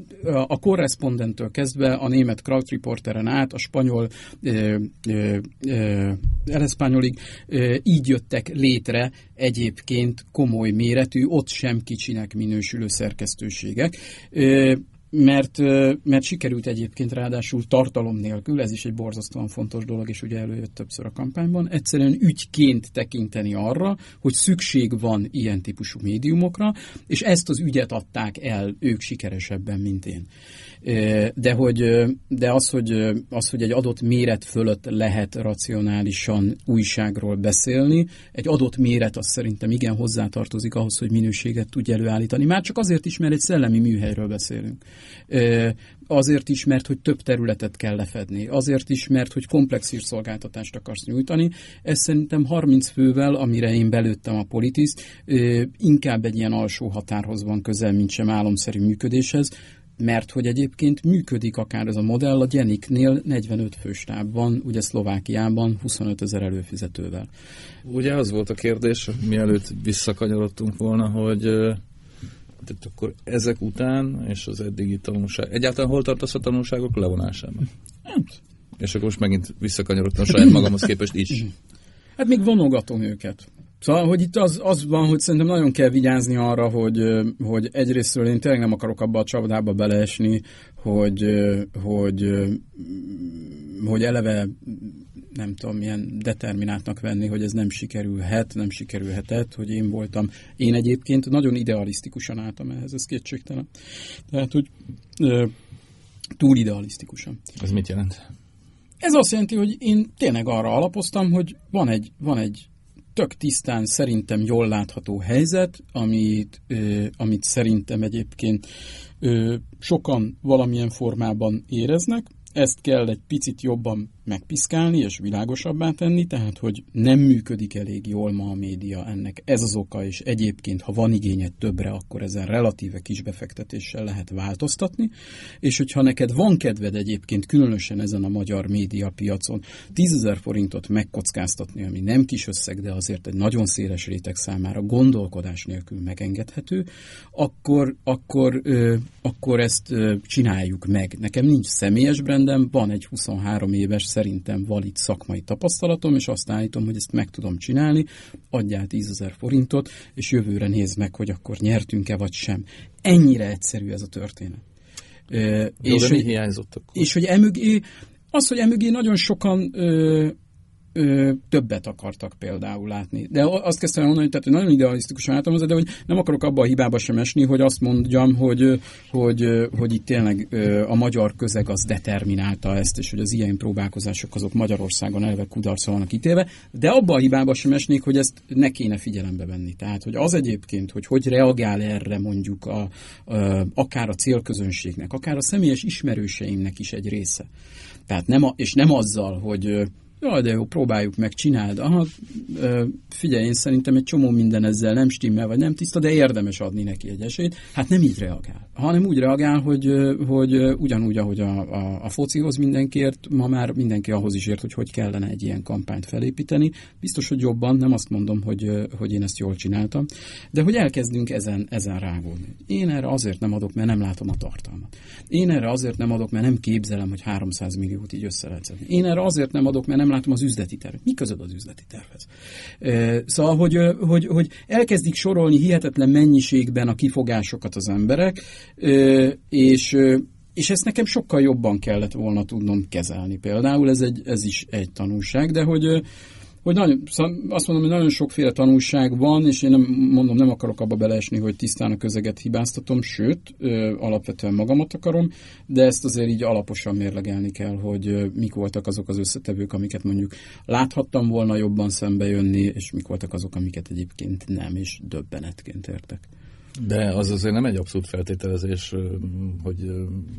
a korrespondenttől kezdve a német Krautreporteren át, a spanyol ö, ö, ö, El Españolig ö, így jöttek létre egyébként komoly méretű, ott sem kicsinek minősülő szerkesztőségek, mert, mert sikerült egyébként ráadásul tartalom nélkül, ez is egy borzasztóan fontos dolog, és ugye előjött többször a kampányban, egyszerűen ügyként tekinteni arra, hogy szükség van ilyen típusú médiumokra, és ezt az ügyet adták el ők sikeresebben, mint én. De, hogy, de az, hogy, az, hogy egy adott méret fölött lehet racionálisan újságról beszélni, egy adott méret az szerintem igen hozzátartozik ahhoz, hogy minőséget tudj előállítani. Már csak azért is, mert egy szellemi műhelyről beszélünk. Azért is, mert hogy több területet kell lefedni. Azért is, mert hogy komplex hírszolgáltatást akarsz nyújtani. Ez szerintem harminc fővel, amire én belőttem a Politiszt, inkább egy ilyen alsó határhoz van közel, mint sem álomszerű működéshez. mert hogy egyébként működik akár ez a modell, a Gyeniknél negyvenöt főstábban, ugye Szlovákiában huszonöt ezer előfizetővel. Ugye az volt a kérdés, mielőtt visszakanyarodtunk volna, hogy tehát akkor ezek után, és az eddigi tanulság, egyáltalán hol tartasz a tanulságok levonásában? Hát. És akkor most megint visszakanyarodtam saját magamhoz képest is. Hát még vonogatom őket. Szóval, hogy itt az, az van, hogy szerintem nagyon kell vigyázni arra, hogy, hogy egyrésztről én tényleg nem akarok abba a csapdába beleesni, hogy, hogy, hogy eleve nem tudom, milyen determináltnak venni, hogy ez nem sikerülhet, nem sikerülhetett, hogy én voltam. Én egyébként nagyon idealisztikusan álltam ehhez, ez kétségtelen. Tehát, hogy ö, túl idealisztikusan. Ez mit jelent? Ez azt jelenti, hogy én tényleg arra alapoztam, hogy van egy, van egy tök tisztán, szerintem jól látható helyzet, amit, ö, amit szerintem egyébként ö, sokan valamilyen formában éreznek. Ezt kell egy picit jobban megpiszkálni és világosabbá tenni, tehát hogy nem működik elég jól ma a média, ennek ez az oka, és egyébként, ha van igényed többre, akkor ezen relatíve kis befektetéssel lehet változtatni, és hogyha neked van kedved egyébként, különösen ezen a magyar médiapiacon tízezer forintot megkockáztatni, ami nem kis összeg, de azért egy nagyon széles réteg számára gondolkodás nélkül megengedhető, akkor, akkor, ö, akkor ezt ö, csináljuk meg. Nekem nincs személyes brandem, van egy huszonhárom éves szerintem valid szakmai tapasztalatom, és azt állítom, hogy ezt meg tudom csinálni, adjál tízezer forintot, és jövőre nézd meg, hogy akkor nyertünk-e vagy sem. Ennyire egyszerű ez a történet. Jó, és de hogy, mi hiányzott akkor? És hogy emögé, az, hogy emögé nagyon sokan ö, ö, többet akartak például látni. De azt kezdtem mondani, hogy, tehát, hogy nagyon idealisztikusan álltam hozzá, de hogy nem akarok abba a hibába sem esni, hogy azt mondjam, hogy, hogy, hogy itt tényleg a magyar közeg az determinálta ezt, és hogy az ilyen próbálkozások azok Magyarországon eleve kudarcra vannak ítélve, de abba a hibába sem esnék, hogy ezt ne kéne figyelembe venni. Tehát, hogy az egyébként, hogy hogy reagál erre mondjuk a, a, akár a célközönségnek, akár a személyes ismerőseimnek is egy része. Tehát nem a, és nem azzal, hogy jaj, de jó, próbáljuk meg, csináld. Aha, figyelj, én szerintem egy csomó minden ezzel nem stimmel, vagy nem tiszta, de érdemes adni neki egy esélyt. Hát nem így reagál, hanem úgy reagál, hogy, hogy ugyanúgy, ahogy a, a, a focihoz mindenkiért, ma már mindenki ahhoz is ért, hogy hogy kellene egy ilyen kampányt felépíteni. Biztos, hogy jobban, nem azt mondom, hogy, hogy én ezt jól csináltam, de hogy elkezdünk ezen, ezen rágódni. Én erre azért nem adok, mert nem látom a tartalmat. Én erre azért nem adok, mert nem képzelem, hogy háromszáz milliót így össze lehet szedni. Én erre azért nem adok, mert nem látom az üzleti tervet. Mi közöd az üzleti tervhez? Szóval, hogy, hogy, hogy elkezdik sorolni hihetetlen mennyiségben a kifogásokat az emberek, és, és ezt nekem sokkal jobban kellett volna tudnom kezelni. Például ez, egy, ez is egy tanulság, de hogy hogy nagyon, azt mondom, hogy nagyon sokféle tanulság van, és én nem, mondom, nem akarok abba beleesni, hogy tisztán a közeget hibáztatom, sőt, ö, alapvetően magamat akarom, de ezt azért így alaposan mérlegelni kell, hogy ö, mik voltak azok az összetevők, amiket mondjuk láthattam volna jobban szembe jönni, és mik voltak azok, amiket egyébként nem, és döbbenetként értek. De az azért nem egy abszolút feltételezés, hogy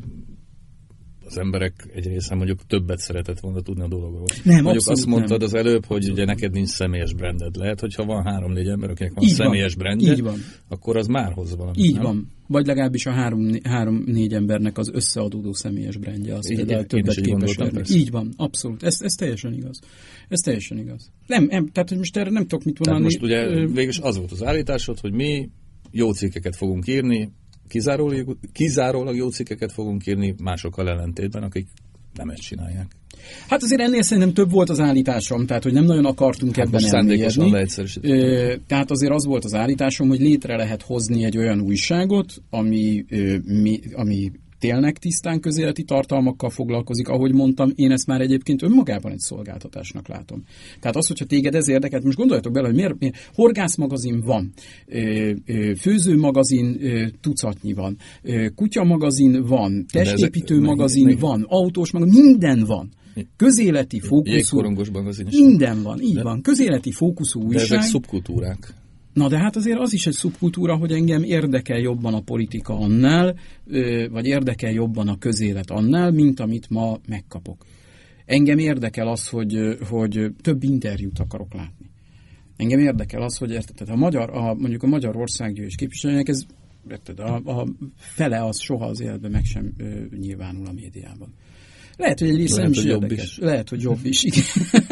az emberek egy része mondjuk többet szeretett volna tudni a dologról. Nem, mondjuk azt mondtad nem. az előbb, hogy abszolút ugye neked nincs személyes branded. Lehet, hogyha van három-négy ember, akinek van így személyes van. brandje, így van. Akkor az már hoz valamit. Így nem? van. Vagy legalábbis a három-négy három, embernek az összeadódó személyes brandje az így, például többet képes lenni. Így van, abszolút. Ez, ez teljesen igaz. Ez teljesen igaz. Nem, nem tehát hogy most erre nem tudok mit mondani. Tehát most ugye végülis az volt az állításod, hogy mi jó cikkeket fogunk írni, kizárólag, kizárólag jó cikkeket fogunk írni másokkal ellentétben, akik nem ezt csinálják. Hát azért ennél szerintem több volt az állításom, tehát hogy nem nagyon akartunk hát ebben elmélyedni. Tehát azért az volt az állításom, hogy létre lehet hozni egy olyan újságot, ami, mi, ami tényleg tisztán közéleti tartalmakkal foglalkozik, ahogy mondtam, én ezt már egyébként önmagában egy szolgáltatásnak látom. Tehát az, hogyha téged ez érdekelt, most gondoljatok bele, hogy miért, miért horgászmagazin van, főzőmagazin tucatnyi van, kutyamagazin van, testépítő magazin van, autós magazin, minden van. Közéleti fókuszú, minden van, így de, van. Közéleti fókuszú újság. De ezek szubkultúrák. Na de hát azért az is egy szubkultúra, hogy engem érdekel jobban a politika annál, vagy érdekel jobban a közélet annál, mint amit ma megkapok. Engem érdekel az, hogy, hogy több interjút akarok látni. Engem érdekel az, hogy tehát a magyar, a, mondjuk a Magyar Országgyűlés képviselőnek ez a, a fele az soha az életben meg sem ö, nyilvánul a médiában. Lehet, hogy egy része nem is érdekes. Is. Lehet, hogy jobb is, igen.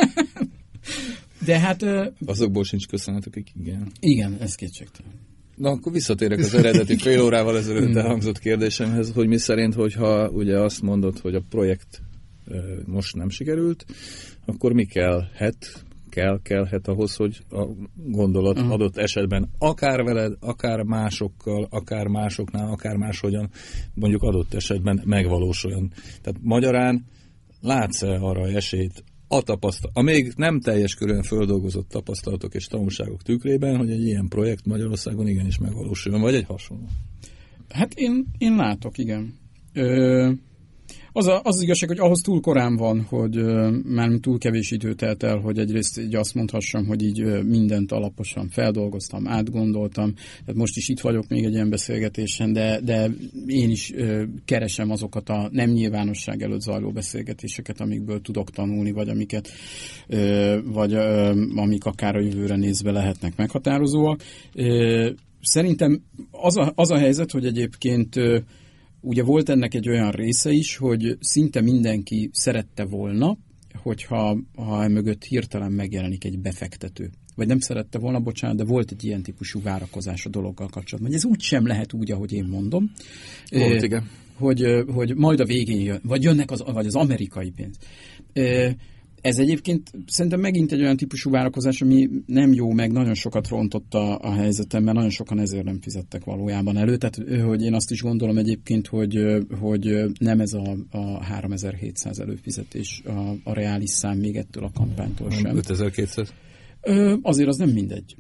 De hát... Ö, azokból sincs köszönet, akik igen. Igen, ez kétségtelen. Na, akkor visszatérek az eredeti fél órával ezelőtt elhangzott kérdésemhez, hogy mi szerint, hogyha ugye azt mondod, hogy a projekt most nem sikerült, akkor mi kellhet, kell, kellhet ahhoz, hogy a gondolat uh-huh. adott esetben akár veled, akár másokkal, akár másoknál, akár máshogyan mondjuk adott esetben megvalósuljon. Tehát magyarán látsz-e arra esélyt a tapasztalat, a még nem teljes körűen földolgozott tapasztalatok és tanulságok tükrében, hogy egy ilyen projekt Magyarországon igenis megvalósuljon, vagy egy hasonló? Hát én, én látok, igen. Ö, az, a, az igazság, hogy ahhoz túl korán van, hogy ö, már túl kevés idő telt el, hogy egyrészt így azt mondhassam, hogy így ö, mindent alaposan feldolgoztam, átgondoltam. Tehát most is itt vagyok még egy ilyen beszélgetésen, de, de én is ö, keresem azokat a nem nyilvánosság előtt zajló beszélgetéseket, amikből tudok tanulni, vagy amiket ö, vagy ö, amik akár a jövőre nézve lehetnek meghatározóak. Ö, szerintem az a, az a helyzet, hogy egyébként ö, ugye volt ennek egy olyan része is, hogy szinte mindenki szerette volna, hogyha ha emögött hirtelen megjelenik egy befektető. Vagy nem szerette volna, bocsánat, de volt egy ilyen típusú várakozás a dologgal kapcsolatban. Ez úgy sem lehet úgy, ahogy én mondom. Volt, igen. Hogy, hogy majd a végén jön, vagy jönnek az, vagy az amerikai pénz. Ez egyébként szerintem megint egy olyan típusú várakozás, ami nem jó, meg nagyon sokat rontott a, a helyzetem, mert nagyon sokan ezért nem fizettek valójában elő. Tehát, hogy én azt is gondolom egyébként, hogy, hogy nem ez a, a háromezer-hétszáz előfizetés a, a reális szám még ettől a kampánytól sem. ötezer-kétszáz? Azért az nem mindegy.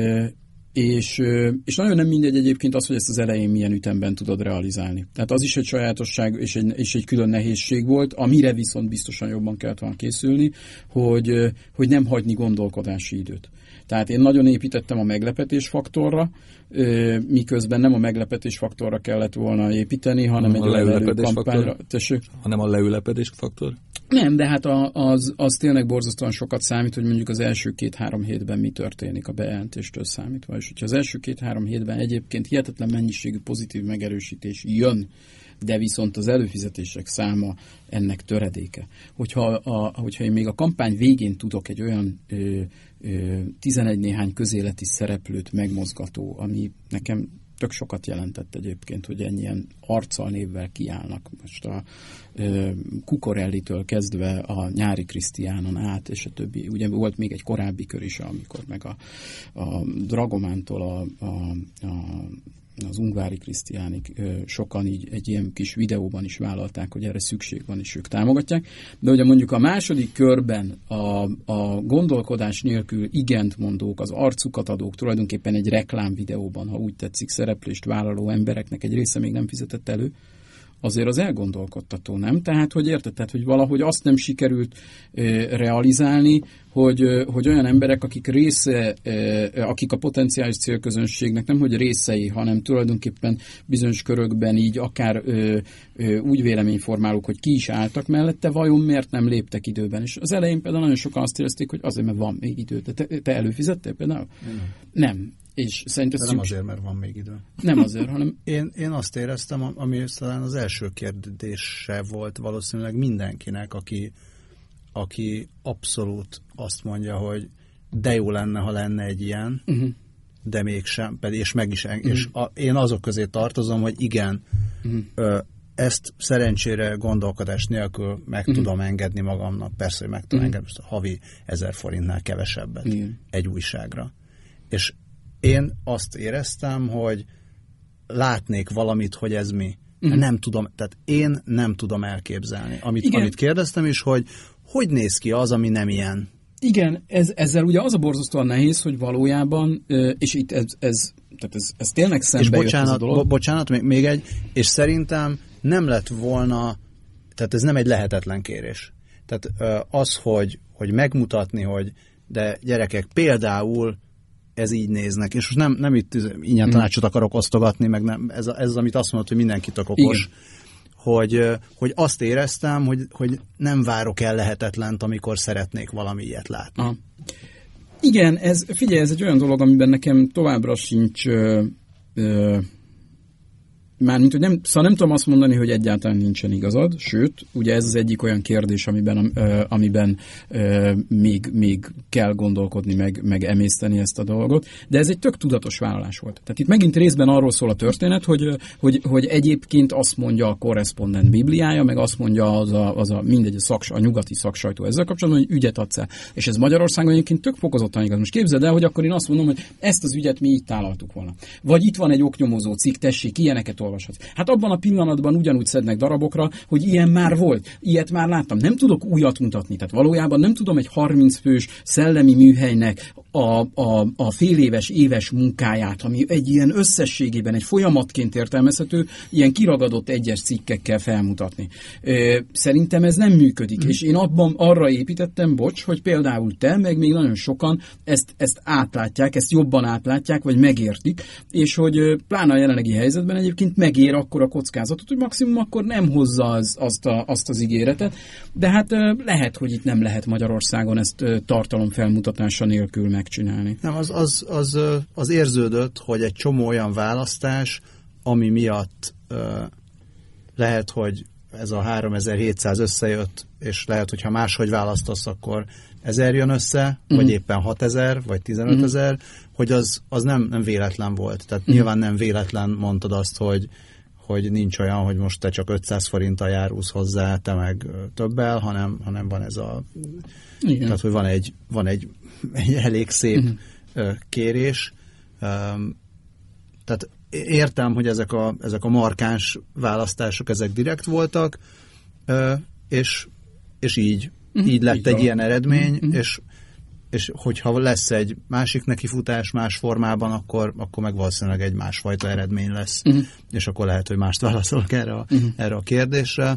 És, és nagyon nem mindegy egyébként az, hogy ezt az elején milyen ütemben tudod realizálni. Tehát az is egy sajátosság és egy, és egy külön nehézség volt, amire viszont biztosan jobban kellett volna készülni, hogy, hogy nem hagyni gondolkodási időt. Tehát én nagyon építettem a meglepetés faktorra, miközben nem a meglepetés faktorra kellett volna építeni, hanem egy olyan kampányra. Hanem a leülepedés faktor? Nem, de hát az, az tényleg borzasztóan sokat számít, hogy mondjuk az első két-három hétben mi történik a bejelentéstől számítva. És hogyha az első két-három hétben egyébként hihetetlen mennyiségű pozitív megerősítés jön, de viszont az előfizetések száma ennek töredéke. Hogyha, a, hogyha én még a kampány végén tudok egy olyan ö, ö, tizenegy néhány közéleti szereplőt megmozgató, ami nekem tök sokat jelentett egyébként, hogy ennyien arccal, névvel kiállnak. Most a e, Cucorellitől kezdve a Nyári Krisztiánon át, és a többi. Ugye volt még egy korábbi kör is, amikor meg a, a Dragomántól a, a, a az Ungvári Krisztiánik sokan így egy ilyen kis videóban is vállalták, hogy erre szükség van, és ők támogatják. De ugye mondjuk a második körben a, a gondolkodás nélkül igent mondók, az arcukat adók, tulajdonképpen egy reklám videóban, ha úgy tetszik, szereplést vállaló embereknek egy része még nem fizetett elő, azért az elgondolkodtató, nem? Tehát, hogy érted? Tehát, hogy valahogy azt nem sikerült e, realizálni, hogy, hogy olyan emberek, akik része, e, akik a potenciális célközönségnek nem hogy részei, hanem tulajdonképpen bizonyos körökben így akár e, e, úgy véleményformálók, hogy ki is álltak mellette, vajon miért nem léptek időben? És az elején például nagyon sokan azt érezték, hogy azért, mert van még idő. Te, te előfizettél például? Nem. Nem. És szerintem nem azért, mert van még idő. Nem azért, hanem... Én, én azt éreztem, ami talán az első kérdése volt valószínűleg mindenkinek, aki, aki abszolút azt mondja, hogy de jó lenne, ha lenne egy ilyen, uh-huh. de mégsem, pedig, és meg is, uh-huh. és a, én azok közé tartozom, hogy igen, uh-huh. ö, ezt szerencsére gondolkodás nélkül meg uh-huh. tudom engedni magamnak, persze, hogy meg tudom uh-huh. engedni, most a havi ezer forintnál kevesebbet uh-huh. egy újságra. És én azt éreztem, hogy látnék valamit, hogy ez mi. Uh-huh. Nem tudom, tehát én nem tudom elképzelni. Amit, amit kérdeztem is, hogy hogy néz ki az, ami nem ilyen. Igen, ez, ezzel ugye az a borzasztóan nehéz, hogy valójában, és itt ez, ez, tehát ez, ez tényleg szembe és bocsánat, jött ez a dolog. Bo- bocsánat, még, még egy, és szerintem nem lett volna, tehát ez nem egy lehetetlen kérés. Tehát az, hogy, hogy megmutatni, hogy de gyerekek, például ez így néznek, és most nem, nem itt ingyen hmm. tanácsot akarok osztogatni, meg nem, ez, ez az, amit azt mondod, hogy mindenki tök okos, hogy, hogy azt éreztem, hogy, hogy nem várok el lehetetlent, amikor szeretnék valami ilyet látni. Aha. Igen, ez, figyelj, ez egy olyan dolog, amiben nekem továbbra sincs ö, ö, mármint, hogy nem, szóval nem tudom azt mondani, hogy egyáltalán nincsen igazad, sőt, ugye ez az egyik olyan kérdés, amiben, amiben még, még kell gondolkodni, meg, meg emészteni ezt a dolgot, de ez egy tök tudatos vállalás volt. Tehát itt megint részben arról szól a történet, hogy, hogy, hogy egyébként azt mondja a korrespondent bibliája, meg azt mondja az a, az a mindegy, a, szaks, a nyugati szaksajtó ezzel kapcsolatban, hogy ügyet adsz el. És ez Magyarországon egyébként tök fokozottan igaz. Most képzeld el, hogy akkor én azt mondom, hogy ezt az ügyet mi így tálaltuk volna. Vagy itt van egy oknyomozó cikk, tessék, ilyeneket olvashatsz. Hát abban a pillanatban ugyanúgy szednek darabokra, hogy ilyen már volt, ilyet már láttam. Nem tudok újat mutatni. Tehát valójában nem tudom egy harminc fős szellemi műhelynek a, a, a fél éves, éves munkáját, ami egy ilyen összességében, egy folyamatként értelmezhető, ilyen kiragadott egyes cikkekkel felmutatni. Szerintem ez nem működik. Mm. És én abban arra építettem, bocs, hogy például te, meg még nagyon sokan ezt, ezt átlátják, ezt jobban átlátják, vagy megértik, és hogy pláne a jelenlegi helyzetben egyébként megér akkor a kockázatot, hogy maximum akkor nem hozza az, azt, a, azt az ígéretet, de hát lehet, hogy itt nem lehet Magyarországon ezt tartalom felmutatása nélkül megcsinálni. Nem, az, az, az, az érződött, hogy egy csomó olyan választás, ami miatt uh, lehet, hogy ez a háromezer-hétszáz összejött, és lehet, hogy ha máshogy választasz, akkor ezer jön össze, mm. vagy éppen hatezer, vagy tizenötezer, mm. hogy az, az nem, nem véletlen volt. Tehát mm. nyilván nem véletlen mondtad azt, hogy, hogy nincs olyan, hogy most te csak ötszáz forinttal járulsz hozzá, te meg többel, hanem, hanem van ez a... Igen. Tehát, hogy van egy, van egy, egy elég szép mm. kérés. Tehát értem, hogy ezek a, ezek a markáns választások, ezek direkt voltak, és, és így, mm-hmm. így lett így egy van. Ilyen eredmény, mm-hmm. és, és hogyha lesz egy másik nekifutás más formában, akkor, akkor meg valószínűleg egy másfajta eredmény lesz, mm-hmm. és akkor lehet, hogy mást válaszolok erre a, mm-hmm. erre a kérdésre.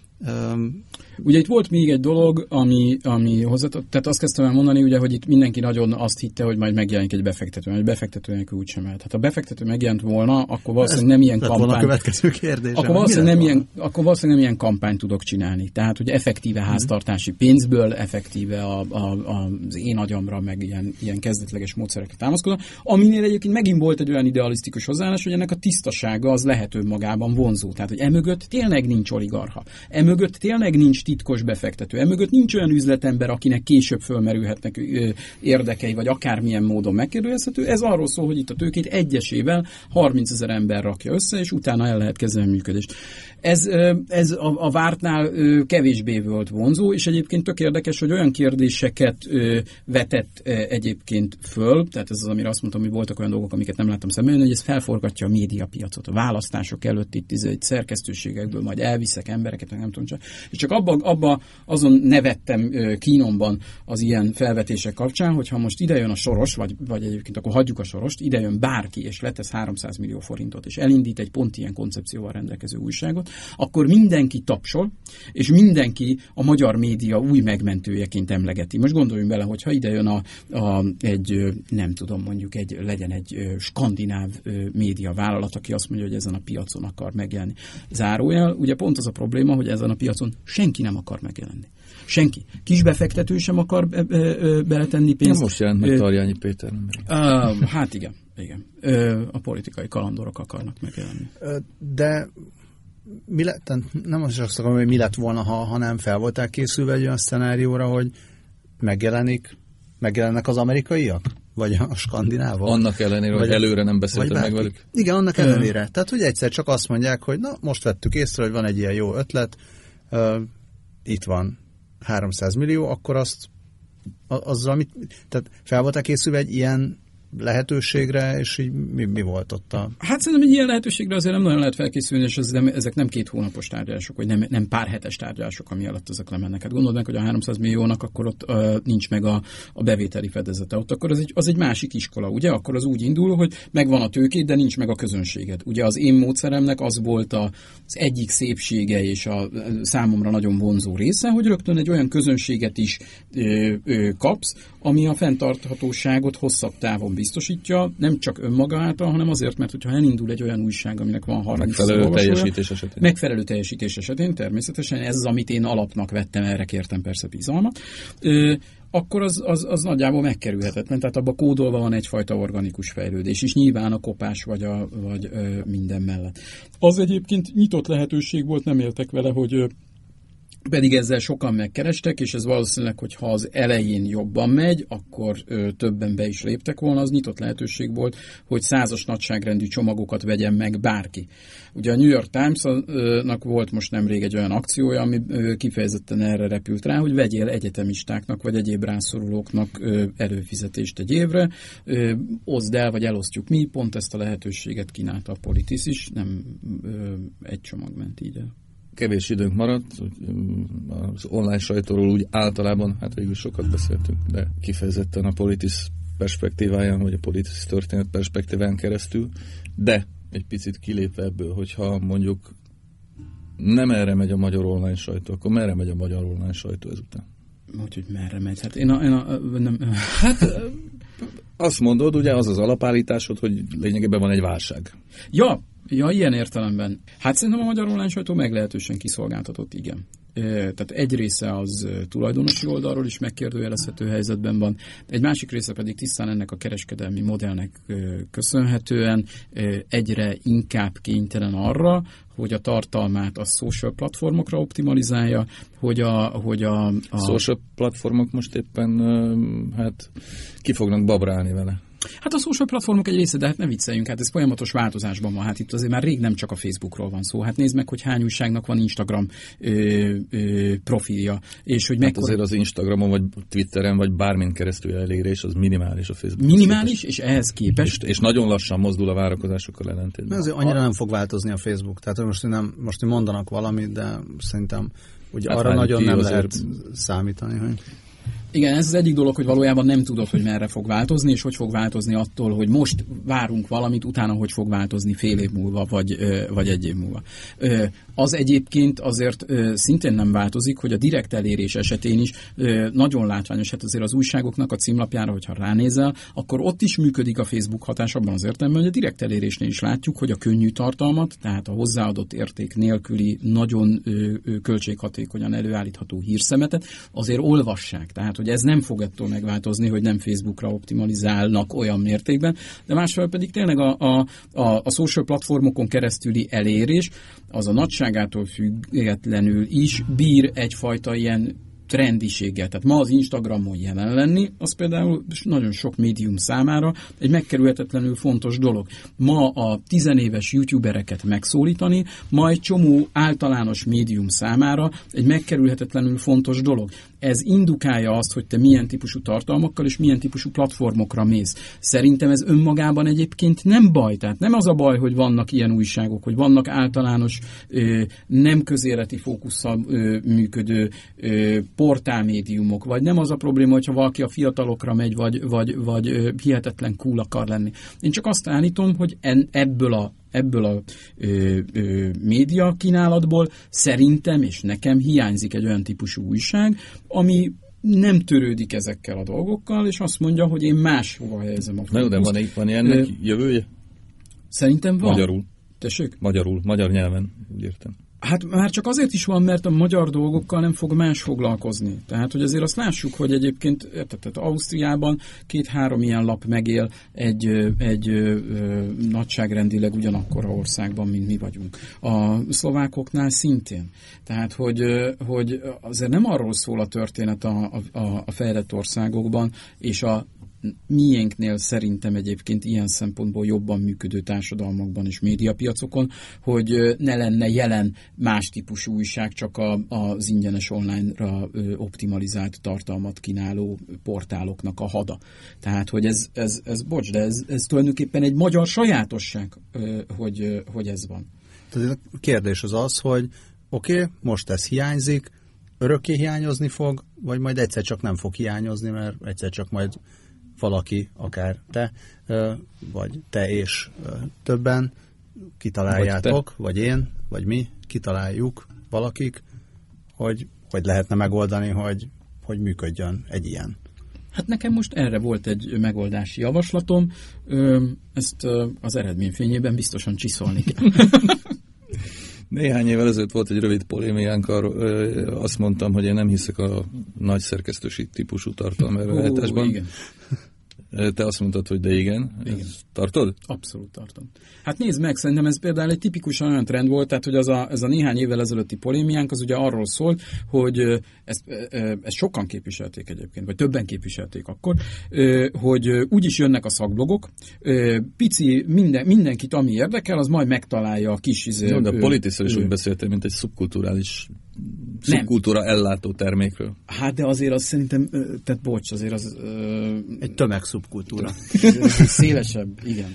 Um, ugye itt volt még egy dolog, ami, ami hozzá, tehát azt kezdtem el mondani, ugye, hogy itt mindenki nagyon azt hitte, hogy majd megjelenik egy befektető, egy befektető nélkül úgysem mehet. Hát ha befektető megjelent volna, akkor valószínűleg nem ilyen kampány. A következő kérdés. Akkor valószínűleg, nem ilyen, akkor valószínűleg nem ilyen kampányt tudok csinálni. Tehát, hogy effektíve hmm. háztartási pénzből, effektíve a, a, a, az én agyamra, meg ilyen, ilyen kezdetleges módszerekre támaszkodom, aminél egyébként megint volt egy olyan idealisztikus hozzáállás, hogy ennek a tisztasága az lehet önmagában vonzó. Tehát, hogy emögött tényleg nincs oligarcha. Emögött tényleg nincs titkos befektető. Emögött nincs olyan üzletember, akinek később fölmerülhetnek érdekei, vagy akármilyen módon megkérdőjelezhető. Ez arról szól, hogy itt a tőkét egyesével harmincezer ember rakja össze, és utána el lehet kezdeni a működést. Ez, ez a, a vártnál kevésbé volt vonzó, és egyébként tök érdekes, hogy olyan kérdéseket vetett egyébként föl, tehát ez az, amire azt mondtam, hogy voltak olyan dolgok, amiket nem láttam szemben, hogy ez felforgatja a médiapiacot. A választások előtt itt egy szerkesztőségekből majd elviszek embereket, nem tudom csak. És csak abba, abba azon nevettem kínomban az ilyen felvetések kapcsán, hogyha most idejön a Soros, vagy, vagy egyébként akkor hagyjuk a Sorost, idejön bárki, és letesz háromszáz millió forintot, és elindít egy pont ilyen koncepcióval rendelkező újságot, akkor mindenki tapsol, és mindenki a magyar média új megmentőjeként emlegeti. Most gondoljunk bele, hogyha idejön a, a, egy, nem tudom, mondjuk egy, legyen egy skandináv média vállalat, aki azt mondja, hogy ezen a piacon akar megjelenni. Zárójel, ugye pont az a probléma, hogy ezen a piacon senki nem akar megjelenni. Senki. Kisbefektető sem akar be, be, be, beletenni pénzt. Nem most jelent meg Tarjányi Péter. Uh, hát igen, igen. Uh, a politikai kalandorok akarnak megjelenni. De mi lett, nem azt azt akarom, hogy mi lett volna, ha, ha nem fel voltál készülve egy olyan szcenárióra, hogy megjelenik, megjelennek az amerikaiak? Vagy a skandinávok? Annak ellenére, hogy előre nem beszéltem meg velük? Igen, annak ellenére. Tehát, hogy egyszer csak azt mondják, hogy na, most vettük észre, hogy van egy ilyen jó ötlet, uh, itt van háromszáz millió, akkor azt azzal, mit, tehát fel voltál készülve egy ilyen lehetőségre, és így mi, mi volt ott a... Hát szerintem egy ilyen lehetőségre azért nem nagyon lehet felkészülni, és ez nem, ezek nem két hónapos tárgyalások, vagy nem, nem pár hetes tárgyalások, ami alatt ezek lemennek. Hát gondold meg, hogy a háromszáz milliónak akkor ott uh, nincs meg a, a bevételi fedezete. Ott akkor az egy, az egy másik iskola, ugye? Akkor az úgy indul, hogy megvan a tőkéd, de nincs meg a közönséged. Ugye az én módszeremnek az volt a, az egyik szépsége és a számomra nagyon vonzó része, hogy rögtön egy olyan közönséget is ö, ö, kapsz, ami a fenntarthatóságot hosszabb távon biztosítja, nem csak önmaga által, hanem azért, mert hogyha elindul egy olyan újság, aminek van harminc megfelelő teljesítés esetén. Megfelelő teljesítés esetén, természetesen ez az, amit én alapnak vettem, erre kértem persze bizalmat, akkor az, az, az nagyjából megkerülhetetlen. Tehát abban kódolva van egyfajta organikus fejlődés, és nyilván a kopás vagy, a, vagy ö, minden mellett. Az egyébként nyitott lehetőség volt, nem éltek vele, hogy ö, pedig ezzel sokan megkerestek, és ez valószínűleg, hogy ha az elején jobban megy, akkor ö, többen be is léptek volna, az nyitott lehetőség volt, hogy százas nagyságrendű csomagokat vegyen meg bárki. Ugye a New York Times-nak volt most nemrég egy olyan akciója, ami ö, kifejezetten erre repült rá, hogy vegyél egyetemistáknak, vagy egyéb rászorulóknak ö, előfizetést egy évre, ö, oszd el, vagy elosztjuk mi, pont ezt a lehetőséget kínálta a Politis is, nem ö, egy csomag ment így el. Kevés időnk maradt, az online sajtóról úgy általában, hát végül sokat beszéltünk, de kifejezetten a Politis perspektíváján, vagy a Politis történet perspektíván keresztül, de egy picit kilépve ebből, hogyha mondjuk nem erre megy a magyar online sajtó, akkor merre megy a magyar online sajtó ezután? Úgyhogy merre megy? Hát én a... Én a nem, hát azt mondod, ugye az az alapállításod, hogy lényegében van egy válság. Ja, Ja, ilyen értelemben. Hát szerintem a magyar online sajtó meglehetősen kiszolgáltatott, igen. Tehát egy része az tulajdonosi oldalról is megkérdőjelezhető helyzetben van, egy másik része pedig tisztán ennek a kereskedelmi modellnek köszönhetően egyre inkább kénytelen arra, hogy a tartalmát a social platformokra optimalizálja, hogy a... Hogy a, a... social platformok most éppen hát ki fognak babrálni vele. Hát a social platformok egy része, de hát ne vicceljünk, hát ez folyamatos változásban van. Hát itt azért már rég nem csak a Facebookról van szó. Hát nézd meg, hogy hány újságnak van Instagram ö, ö, profilja. És hogy hát mekkora... azért az Instagramon, vagy Twitteren, vagy bármin keresztül elérés, az minimális a Facebook. Minimális, és ehhez képest... És, és nagyon lassan mozdul a várakozásokkal ellentétben. Azért annyira nem fog változni a Facebook. Tehát most nem, most mondanak valamit, de szerintem ugye hát arra nagyon nem azért... lehet számítani, hogy... Igen, ez az egyik dolog, hogy valójában nem tudod, hogy merre fog változni, és hogy fog változni attól, hogy most várunk valamit, utána hogy fog változni fél év múlva, vagy, vagy egy év múlva. Az egyébként azért szintén nem változik, hogy a direkt elérés esetén is nagyon látványos, hát azért az újságoknak a címlapjára, hogyha ránézel, akkor ott is működik a Facebook hatás abban az értelemben, hogy a direkt elérésnél is látjuk, hogy a könnyű tartalmat, tehát a hozzáadott érték nélküli, nagyon költséghatékonyan előállítható hírszemetet azért olvassák. Tehát, hogy ez nem fog ettől megváltozni, hogy nem Facebookra optimalizálnak olyan mértékben, de másfelől pedig tényleg a, a, a, a social platformokon keresztüli elérés az a nagyságától függetlenül is bír egyfajta ilyen trendiséggel. Tehát ma az Instagramon jelen lenni, az például nagyon sok médium számára egy megkerülhetetlenül fontos dolog. Ma a tizenéves youtubereket megszólítani, ma egy csomó általános médium számára egy megkerülhetetlenül fontos dolog. Ez indukálja azt, hogy te milyen típusú tartalmakkal és milyen típusú platformokra mész. Szerintem ez önmagában egyébként nem baj. Tehát nem az a baj, hogy vannak ilyen újságok, hogy vannak általános nem közéleti fókusszal működő portálmédiumok, vagy nem az a probléma, hogyha valaki a fiatalokra megy, vagy, vagy, vagy hihetetlen cool akar lenni. Én csak azt állítom, hogy en, ebből a ebből a ö, ö, média kínálatból szerintem és nekem hiányzik egy olyan típusú újság, ami nem törődik ezekkel a dolgokkal, és azt mondja, hogy én máshova helyezem a fókuszt. De van, van ennek jövője? Szerintem van. Magyarul. Tessék? Magyarul, magyar nyelven, úgy értem. Hát már csak azért is van, mert a magyar dolgokkal nem fog más foglalkozni. Tehát, hogy azért azt lássuk, hogy egyébként tehát Ausztriában két-három ilyen lap megél egy, egy ö, ö, nagyságrendileg ugyanakkora országban, mint mi vagyunk. A szlovákoknál szintén. Tehát, hogy, hogy azért nem arról szól a történet a, a, a fejlett országokban, és a miénknél szerintem egyébként ilyen szempontból jobban működő társadalmakban és médiapiacokon, hogy ne lenne jelen más típusú újság, csak a, az ingyenes online-ra optimalizált tartalmat kínáló portáloknak a hada. Tehát, hogy ez, ez, ez bocs, de ez, ez tulajdonképpen egy magyar sajátosság, hogy, hogy ez van. Tehát a kérdés az az, hogy oké, okay, most ez hiányzik, örökké hiányozni fog, vagy majd egyszer csak nem fog hiányozni, mert egyszer csak majd valaki, akár te, vagy te és többen kitaláljátok, vagy, vagy én, vagy mi, kitaláljuk valakik, hogy, hogy lehetne megoldani, hogy, hogy működjön egy ilyen. Hát nekem most erre volt egy megoldási javaslatom, ezt az eredmény fényében biztosan csiszolni kell. Néhány évvel ezelőtt volt egy rövid polémiánk, arról, azt mondtam, hogy én nem hiszek a nagy szerkesztőség típusú tartalmelőállításban. Igen. Te azt mondtad, hogy de igen. igen. Tartod? Abszolút tartom. Hát nézd meg, szerintem ez például egy tipikusan olyan trend volt, tehát hogy az a, ez a néhány évvel ezelőtti polémiánk az ugye arról szól, hogy ezt, ezt sokan képviselték egyébként, vagy többen képviselték akkor, hogy úgyis jönnek a szakblogok, pici minden, mindenkit, ami érdekel, az majd megtalálja a kis... Jó, de a Politiszről is úgy beszéltél, mint egy szubkulturális szubkultúra ellátó termékről. Hát de azért az szerintem, tehát bocs, azért az... Egy tömegszubkultúra. Szélesebb, igen.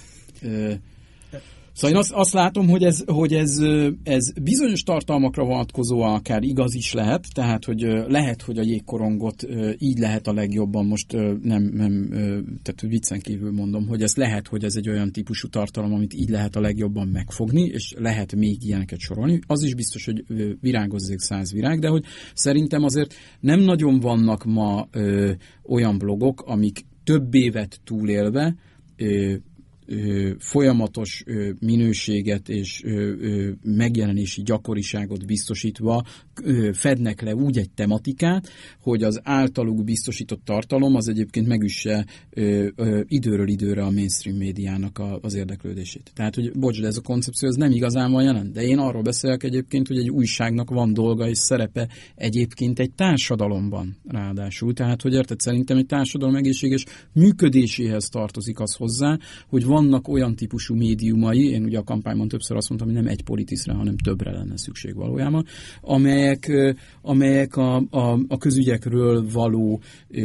Szóval én azt, azt látom, hogy, ez, hogy ez, ez bizonyos tartalmakra vonatkozóan akár igaz is lehet, tehát hogy lehet, hogy a jégkorongot így lehet a legjobban, most nem, nem tehát viccen kívül mondom, hogy ez lehet, hogy ez egy olyan típusú tartalom, amit így lehet a legjobban megfogni, és lehet még ilyeneket sorolni. Az is biztos, hogy virágozzék száz virág, de hogy szerintem azért nem nagyon vannak ma ö, olyan blogok, amik több évet túlélve ö, Ö, folyamatos ö, minőséget és ö, ö, megjelenési gyakoriságot biztosítva ö, fednek le úgy egy tematikát, hogy az általuk biztosított tartalom az egyébként megüsse ö, ö, időről időre a mainstream médiának a, az érdeklődését. Tehát, hogy bocs, de ez a koncepció ez nem igazán van jelen, de én arról beszélek egyébként, hogy egy újságnak van dolga és szerepe egyébként egy társadalomban ráadásul. Tehát, hogy érted, szerintem egy társadalom egészséges működéséhez tartozik az hozzá, hogy vannak olyan típusú médiumai, én ugye a kampányban többször azt mondtam, hogy nem egy Politiszre, hanem többre lenne szükség valójában, amelyek, amelyek a, a, a közügyekről való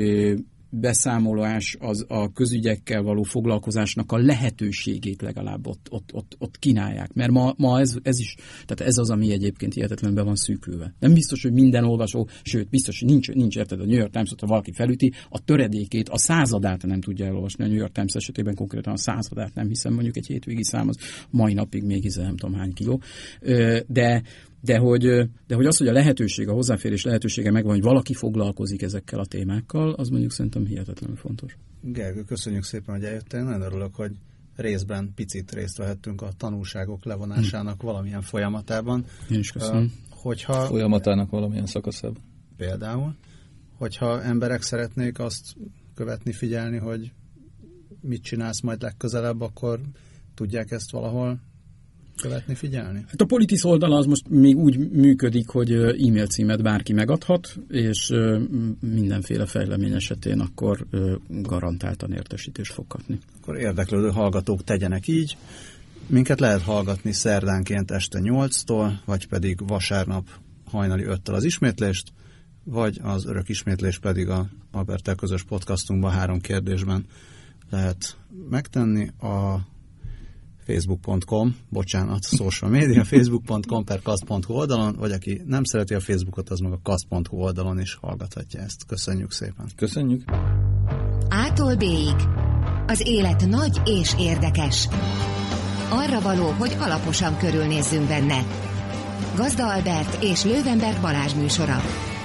beszámolás, az a közügyekkel való foglalkozásnak a lehetőségét legalább ott, ott, ott, ott kínálják. Mert ma, ma ez, ez is, tehát ez az, ami egyébként hihetetlen be van szűkülve. Nem biztos, hogy minden olvasó, sőt, biztos, hogy nincs, nincs érted a New York Times-ot, ha valaki felüti, a töredékét, a századát nem tudja elolvasni. A New York Times esetében konkrétan a századát nem hiszem, mondjuk egy hétvégi szám az mai napig még hiszem, nem tudom hány kiló. De De hogy, de hogy az, hogy a lehetőség, a hozzáférés lehetősége megvan, hogy valaki foglalkozik ezekkel a témákkal, az mondjuk szerintem hihetetlenül fontos. Gergő, köszönjük szépen, hogy eljöttél. Nagyon örülök, hogy részben picit részt vehettünk a tanulságok levonásának hmm. valamilyen folyamatában. Én is köszönöm. Uh, hogyha, Folyamatának valamilyen szakaszában. Például, hogyha emberek szeretnék azt követni, figyelni, hogy mit csinálsz majd legközelebb, akkor tudják ezt valahol követni, figyelni? Hát a Politisz oldala az most még úgy működik, hogy e-mail címet bárki megadhat, és mindenféle fejlemény esetén akkor garantáltan értesítést fog kapni. Akkor érdeklődő hallgatók tegyenek így. Minket lehet hallgatni szerdánként este nyolctól, vagy pedig vasárnap hajnali öttől az ismétlést, vagy az örök ismétlés pedig a Alberttel közös podcastunkban három kérdésben lehet megtenni. A facebook pont com, bocsánat, social media, facebook pont com per kast pont hu oldalon, vagy aki nem szereti a Facebookot, az meg a kast pont hu oldalon is hallgathatja ezt. Köszönjük szépen. Köszönjük. A-tól B-ig. Az élet nagy és érdekes. Arra való, hogy alaposan körülnézzünk benne. Gazda Albert és Löwenberg Balázs műsora.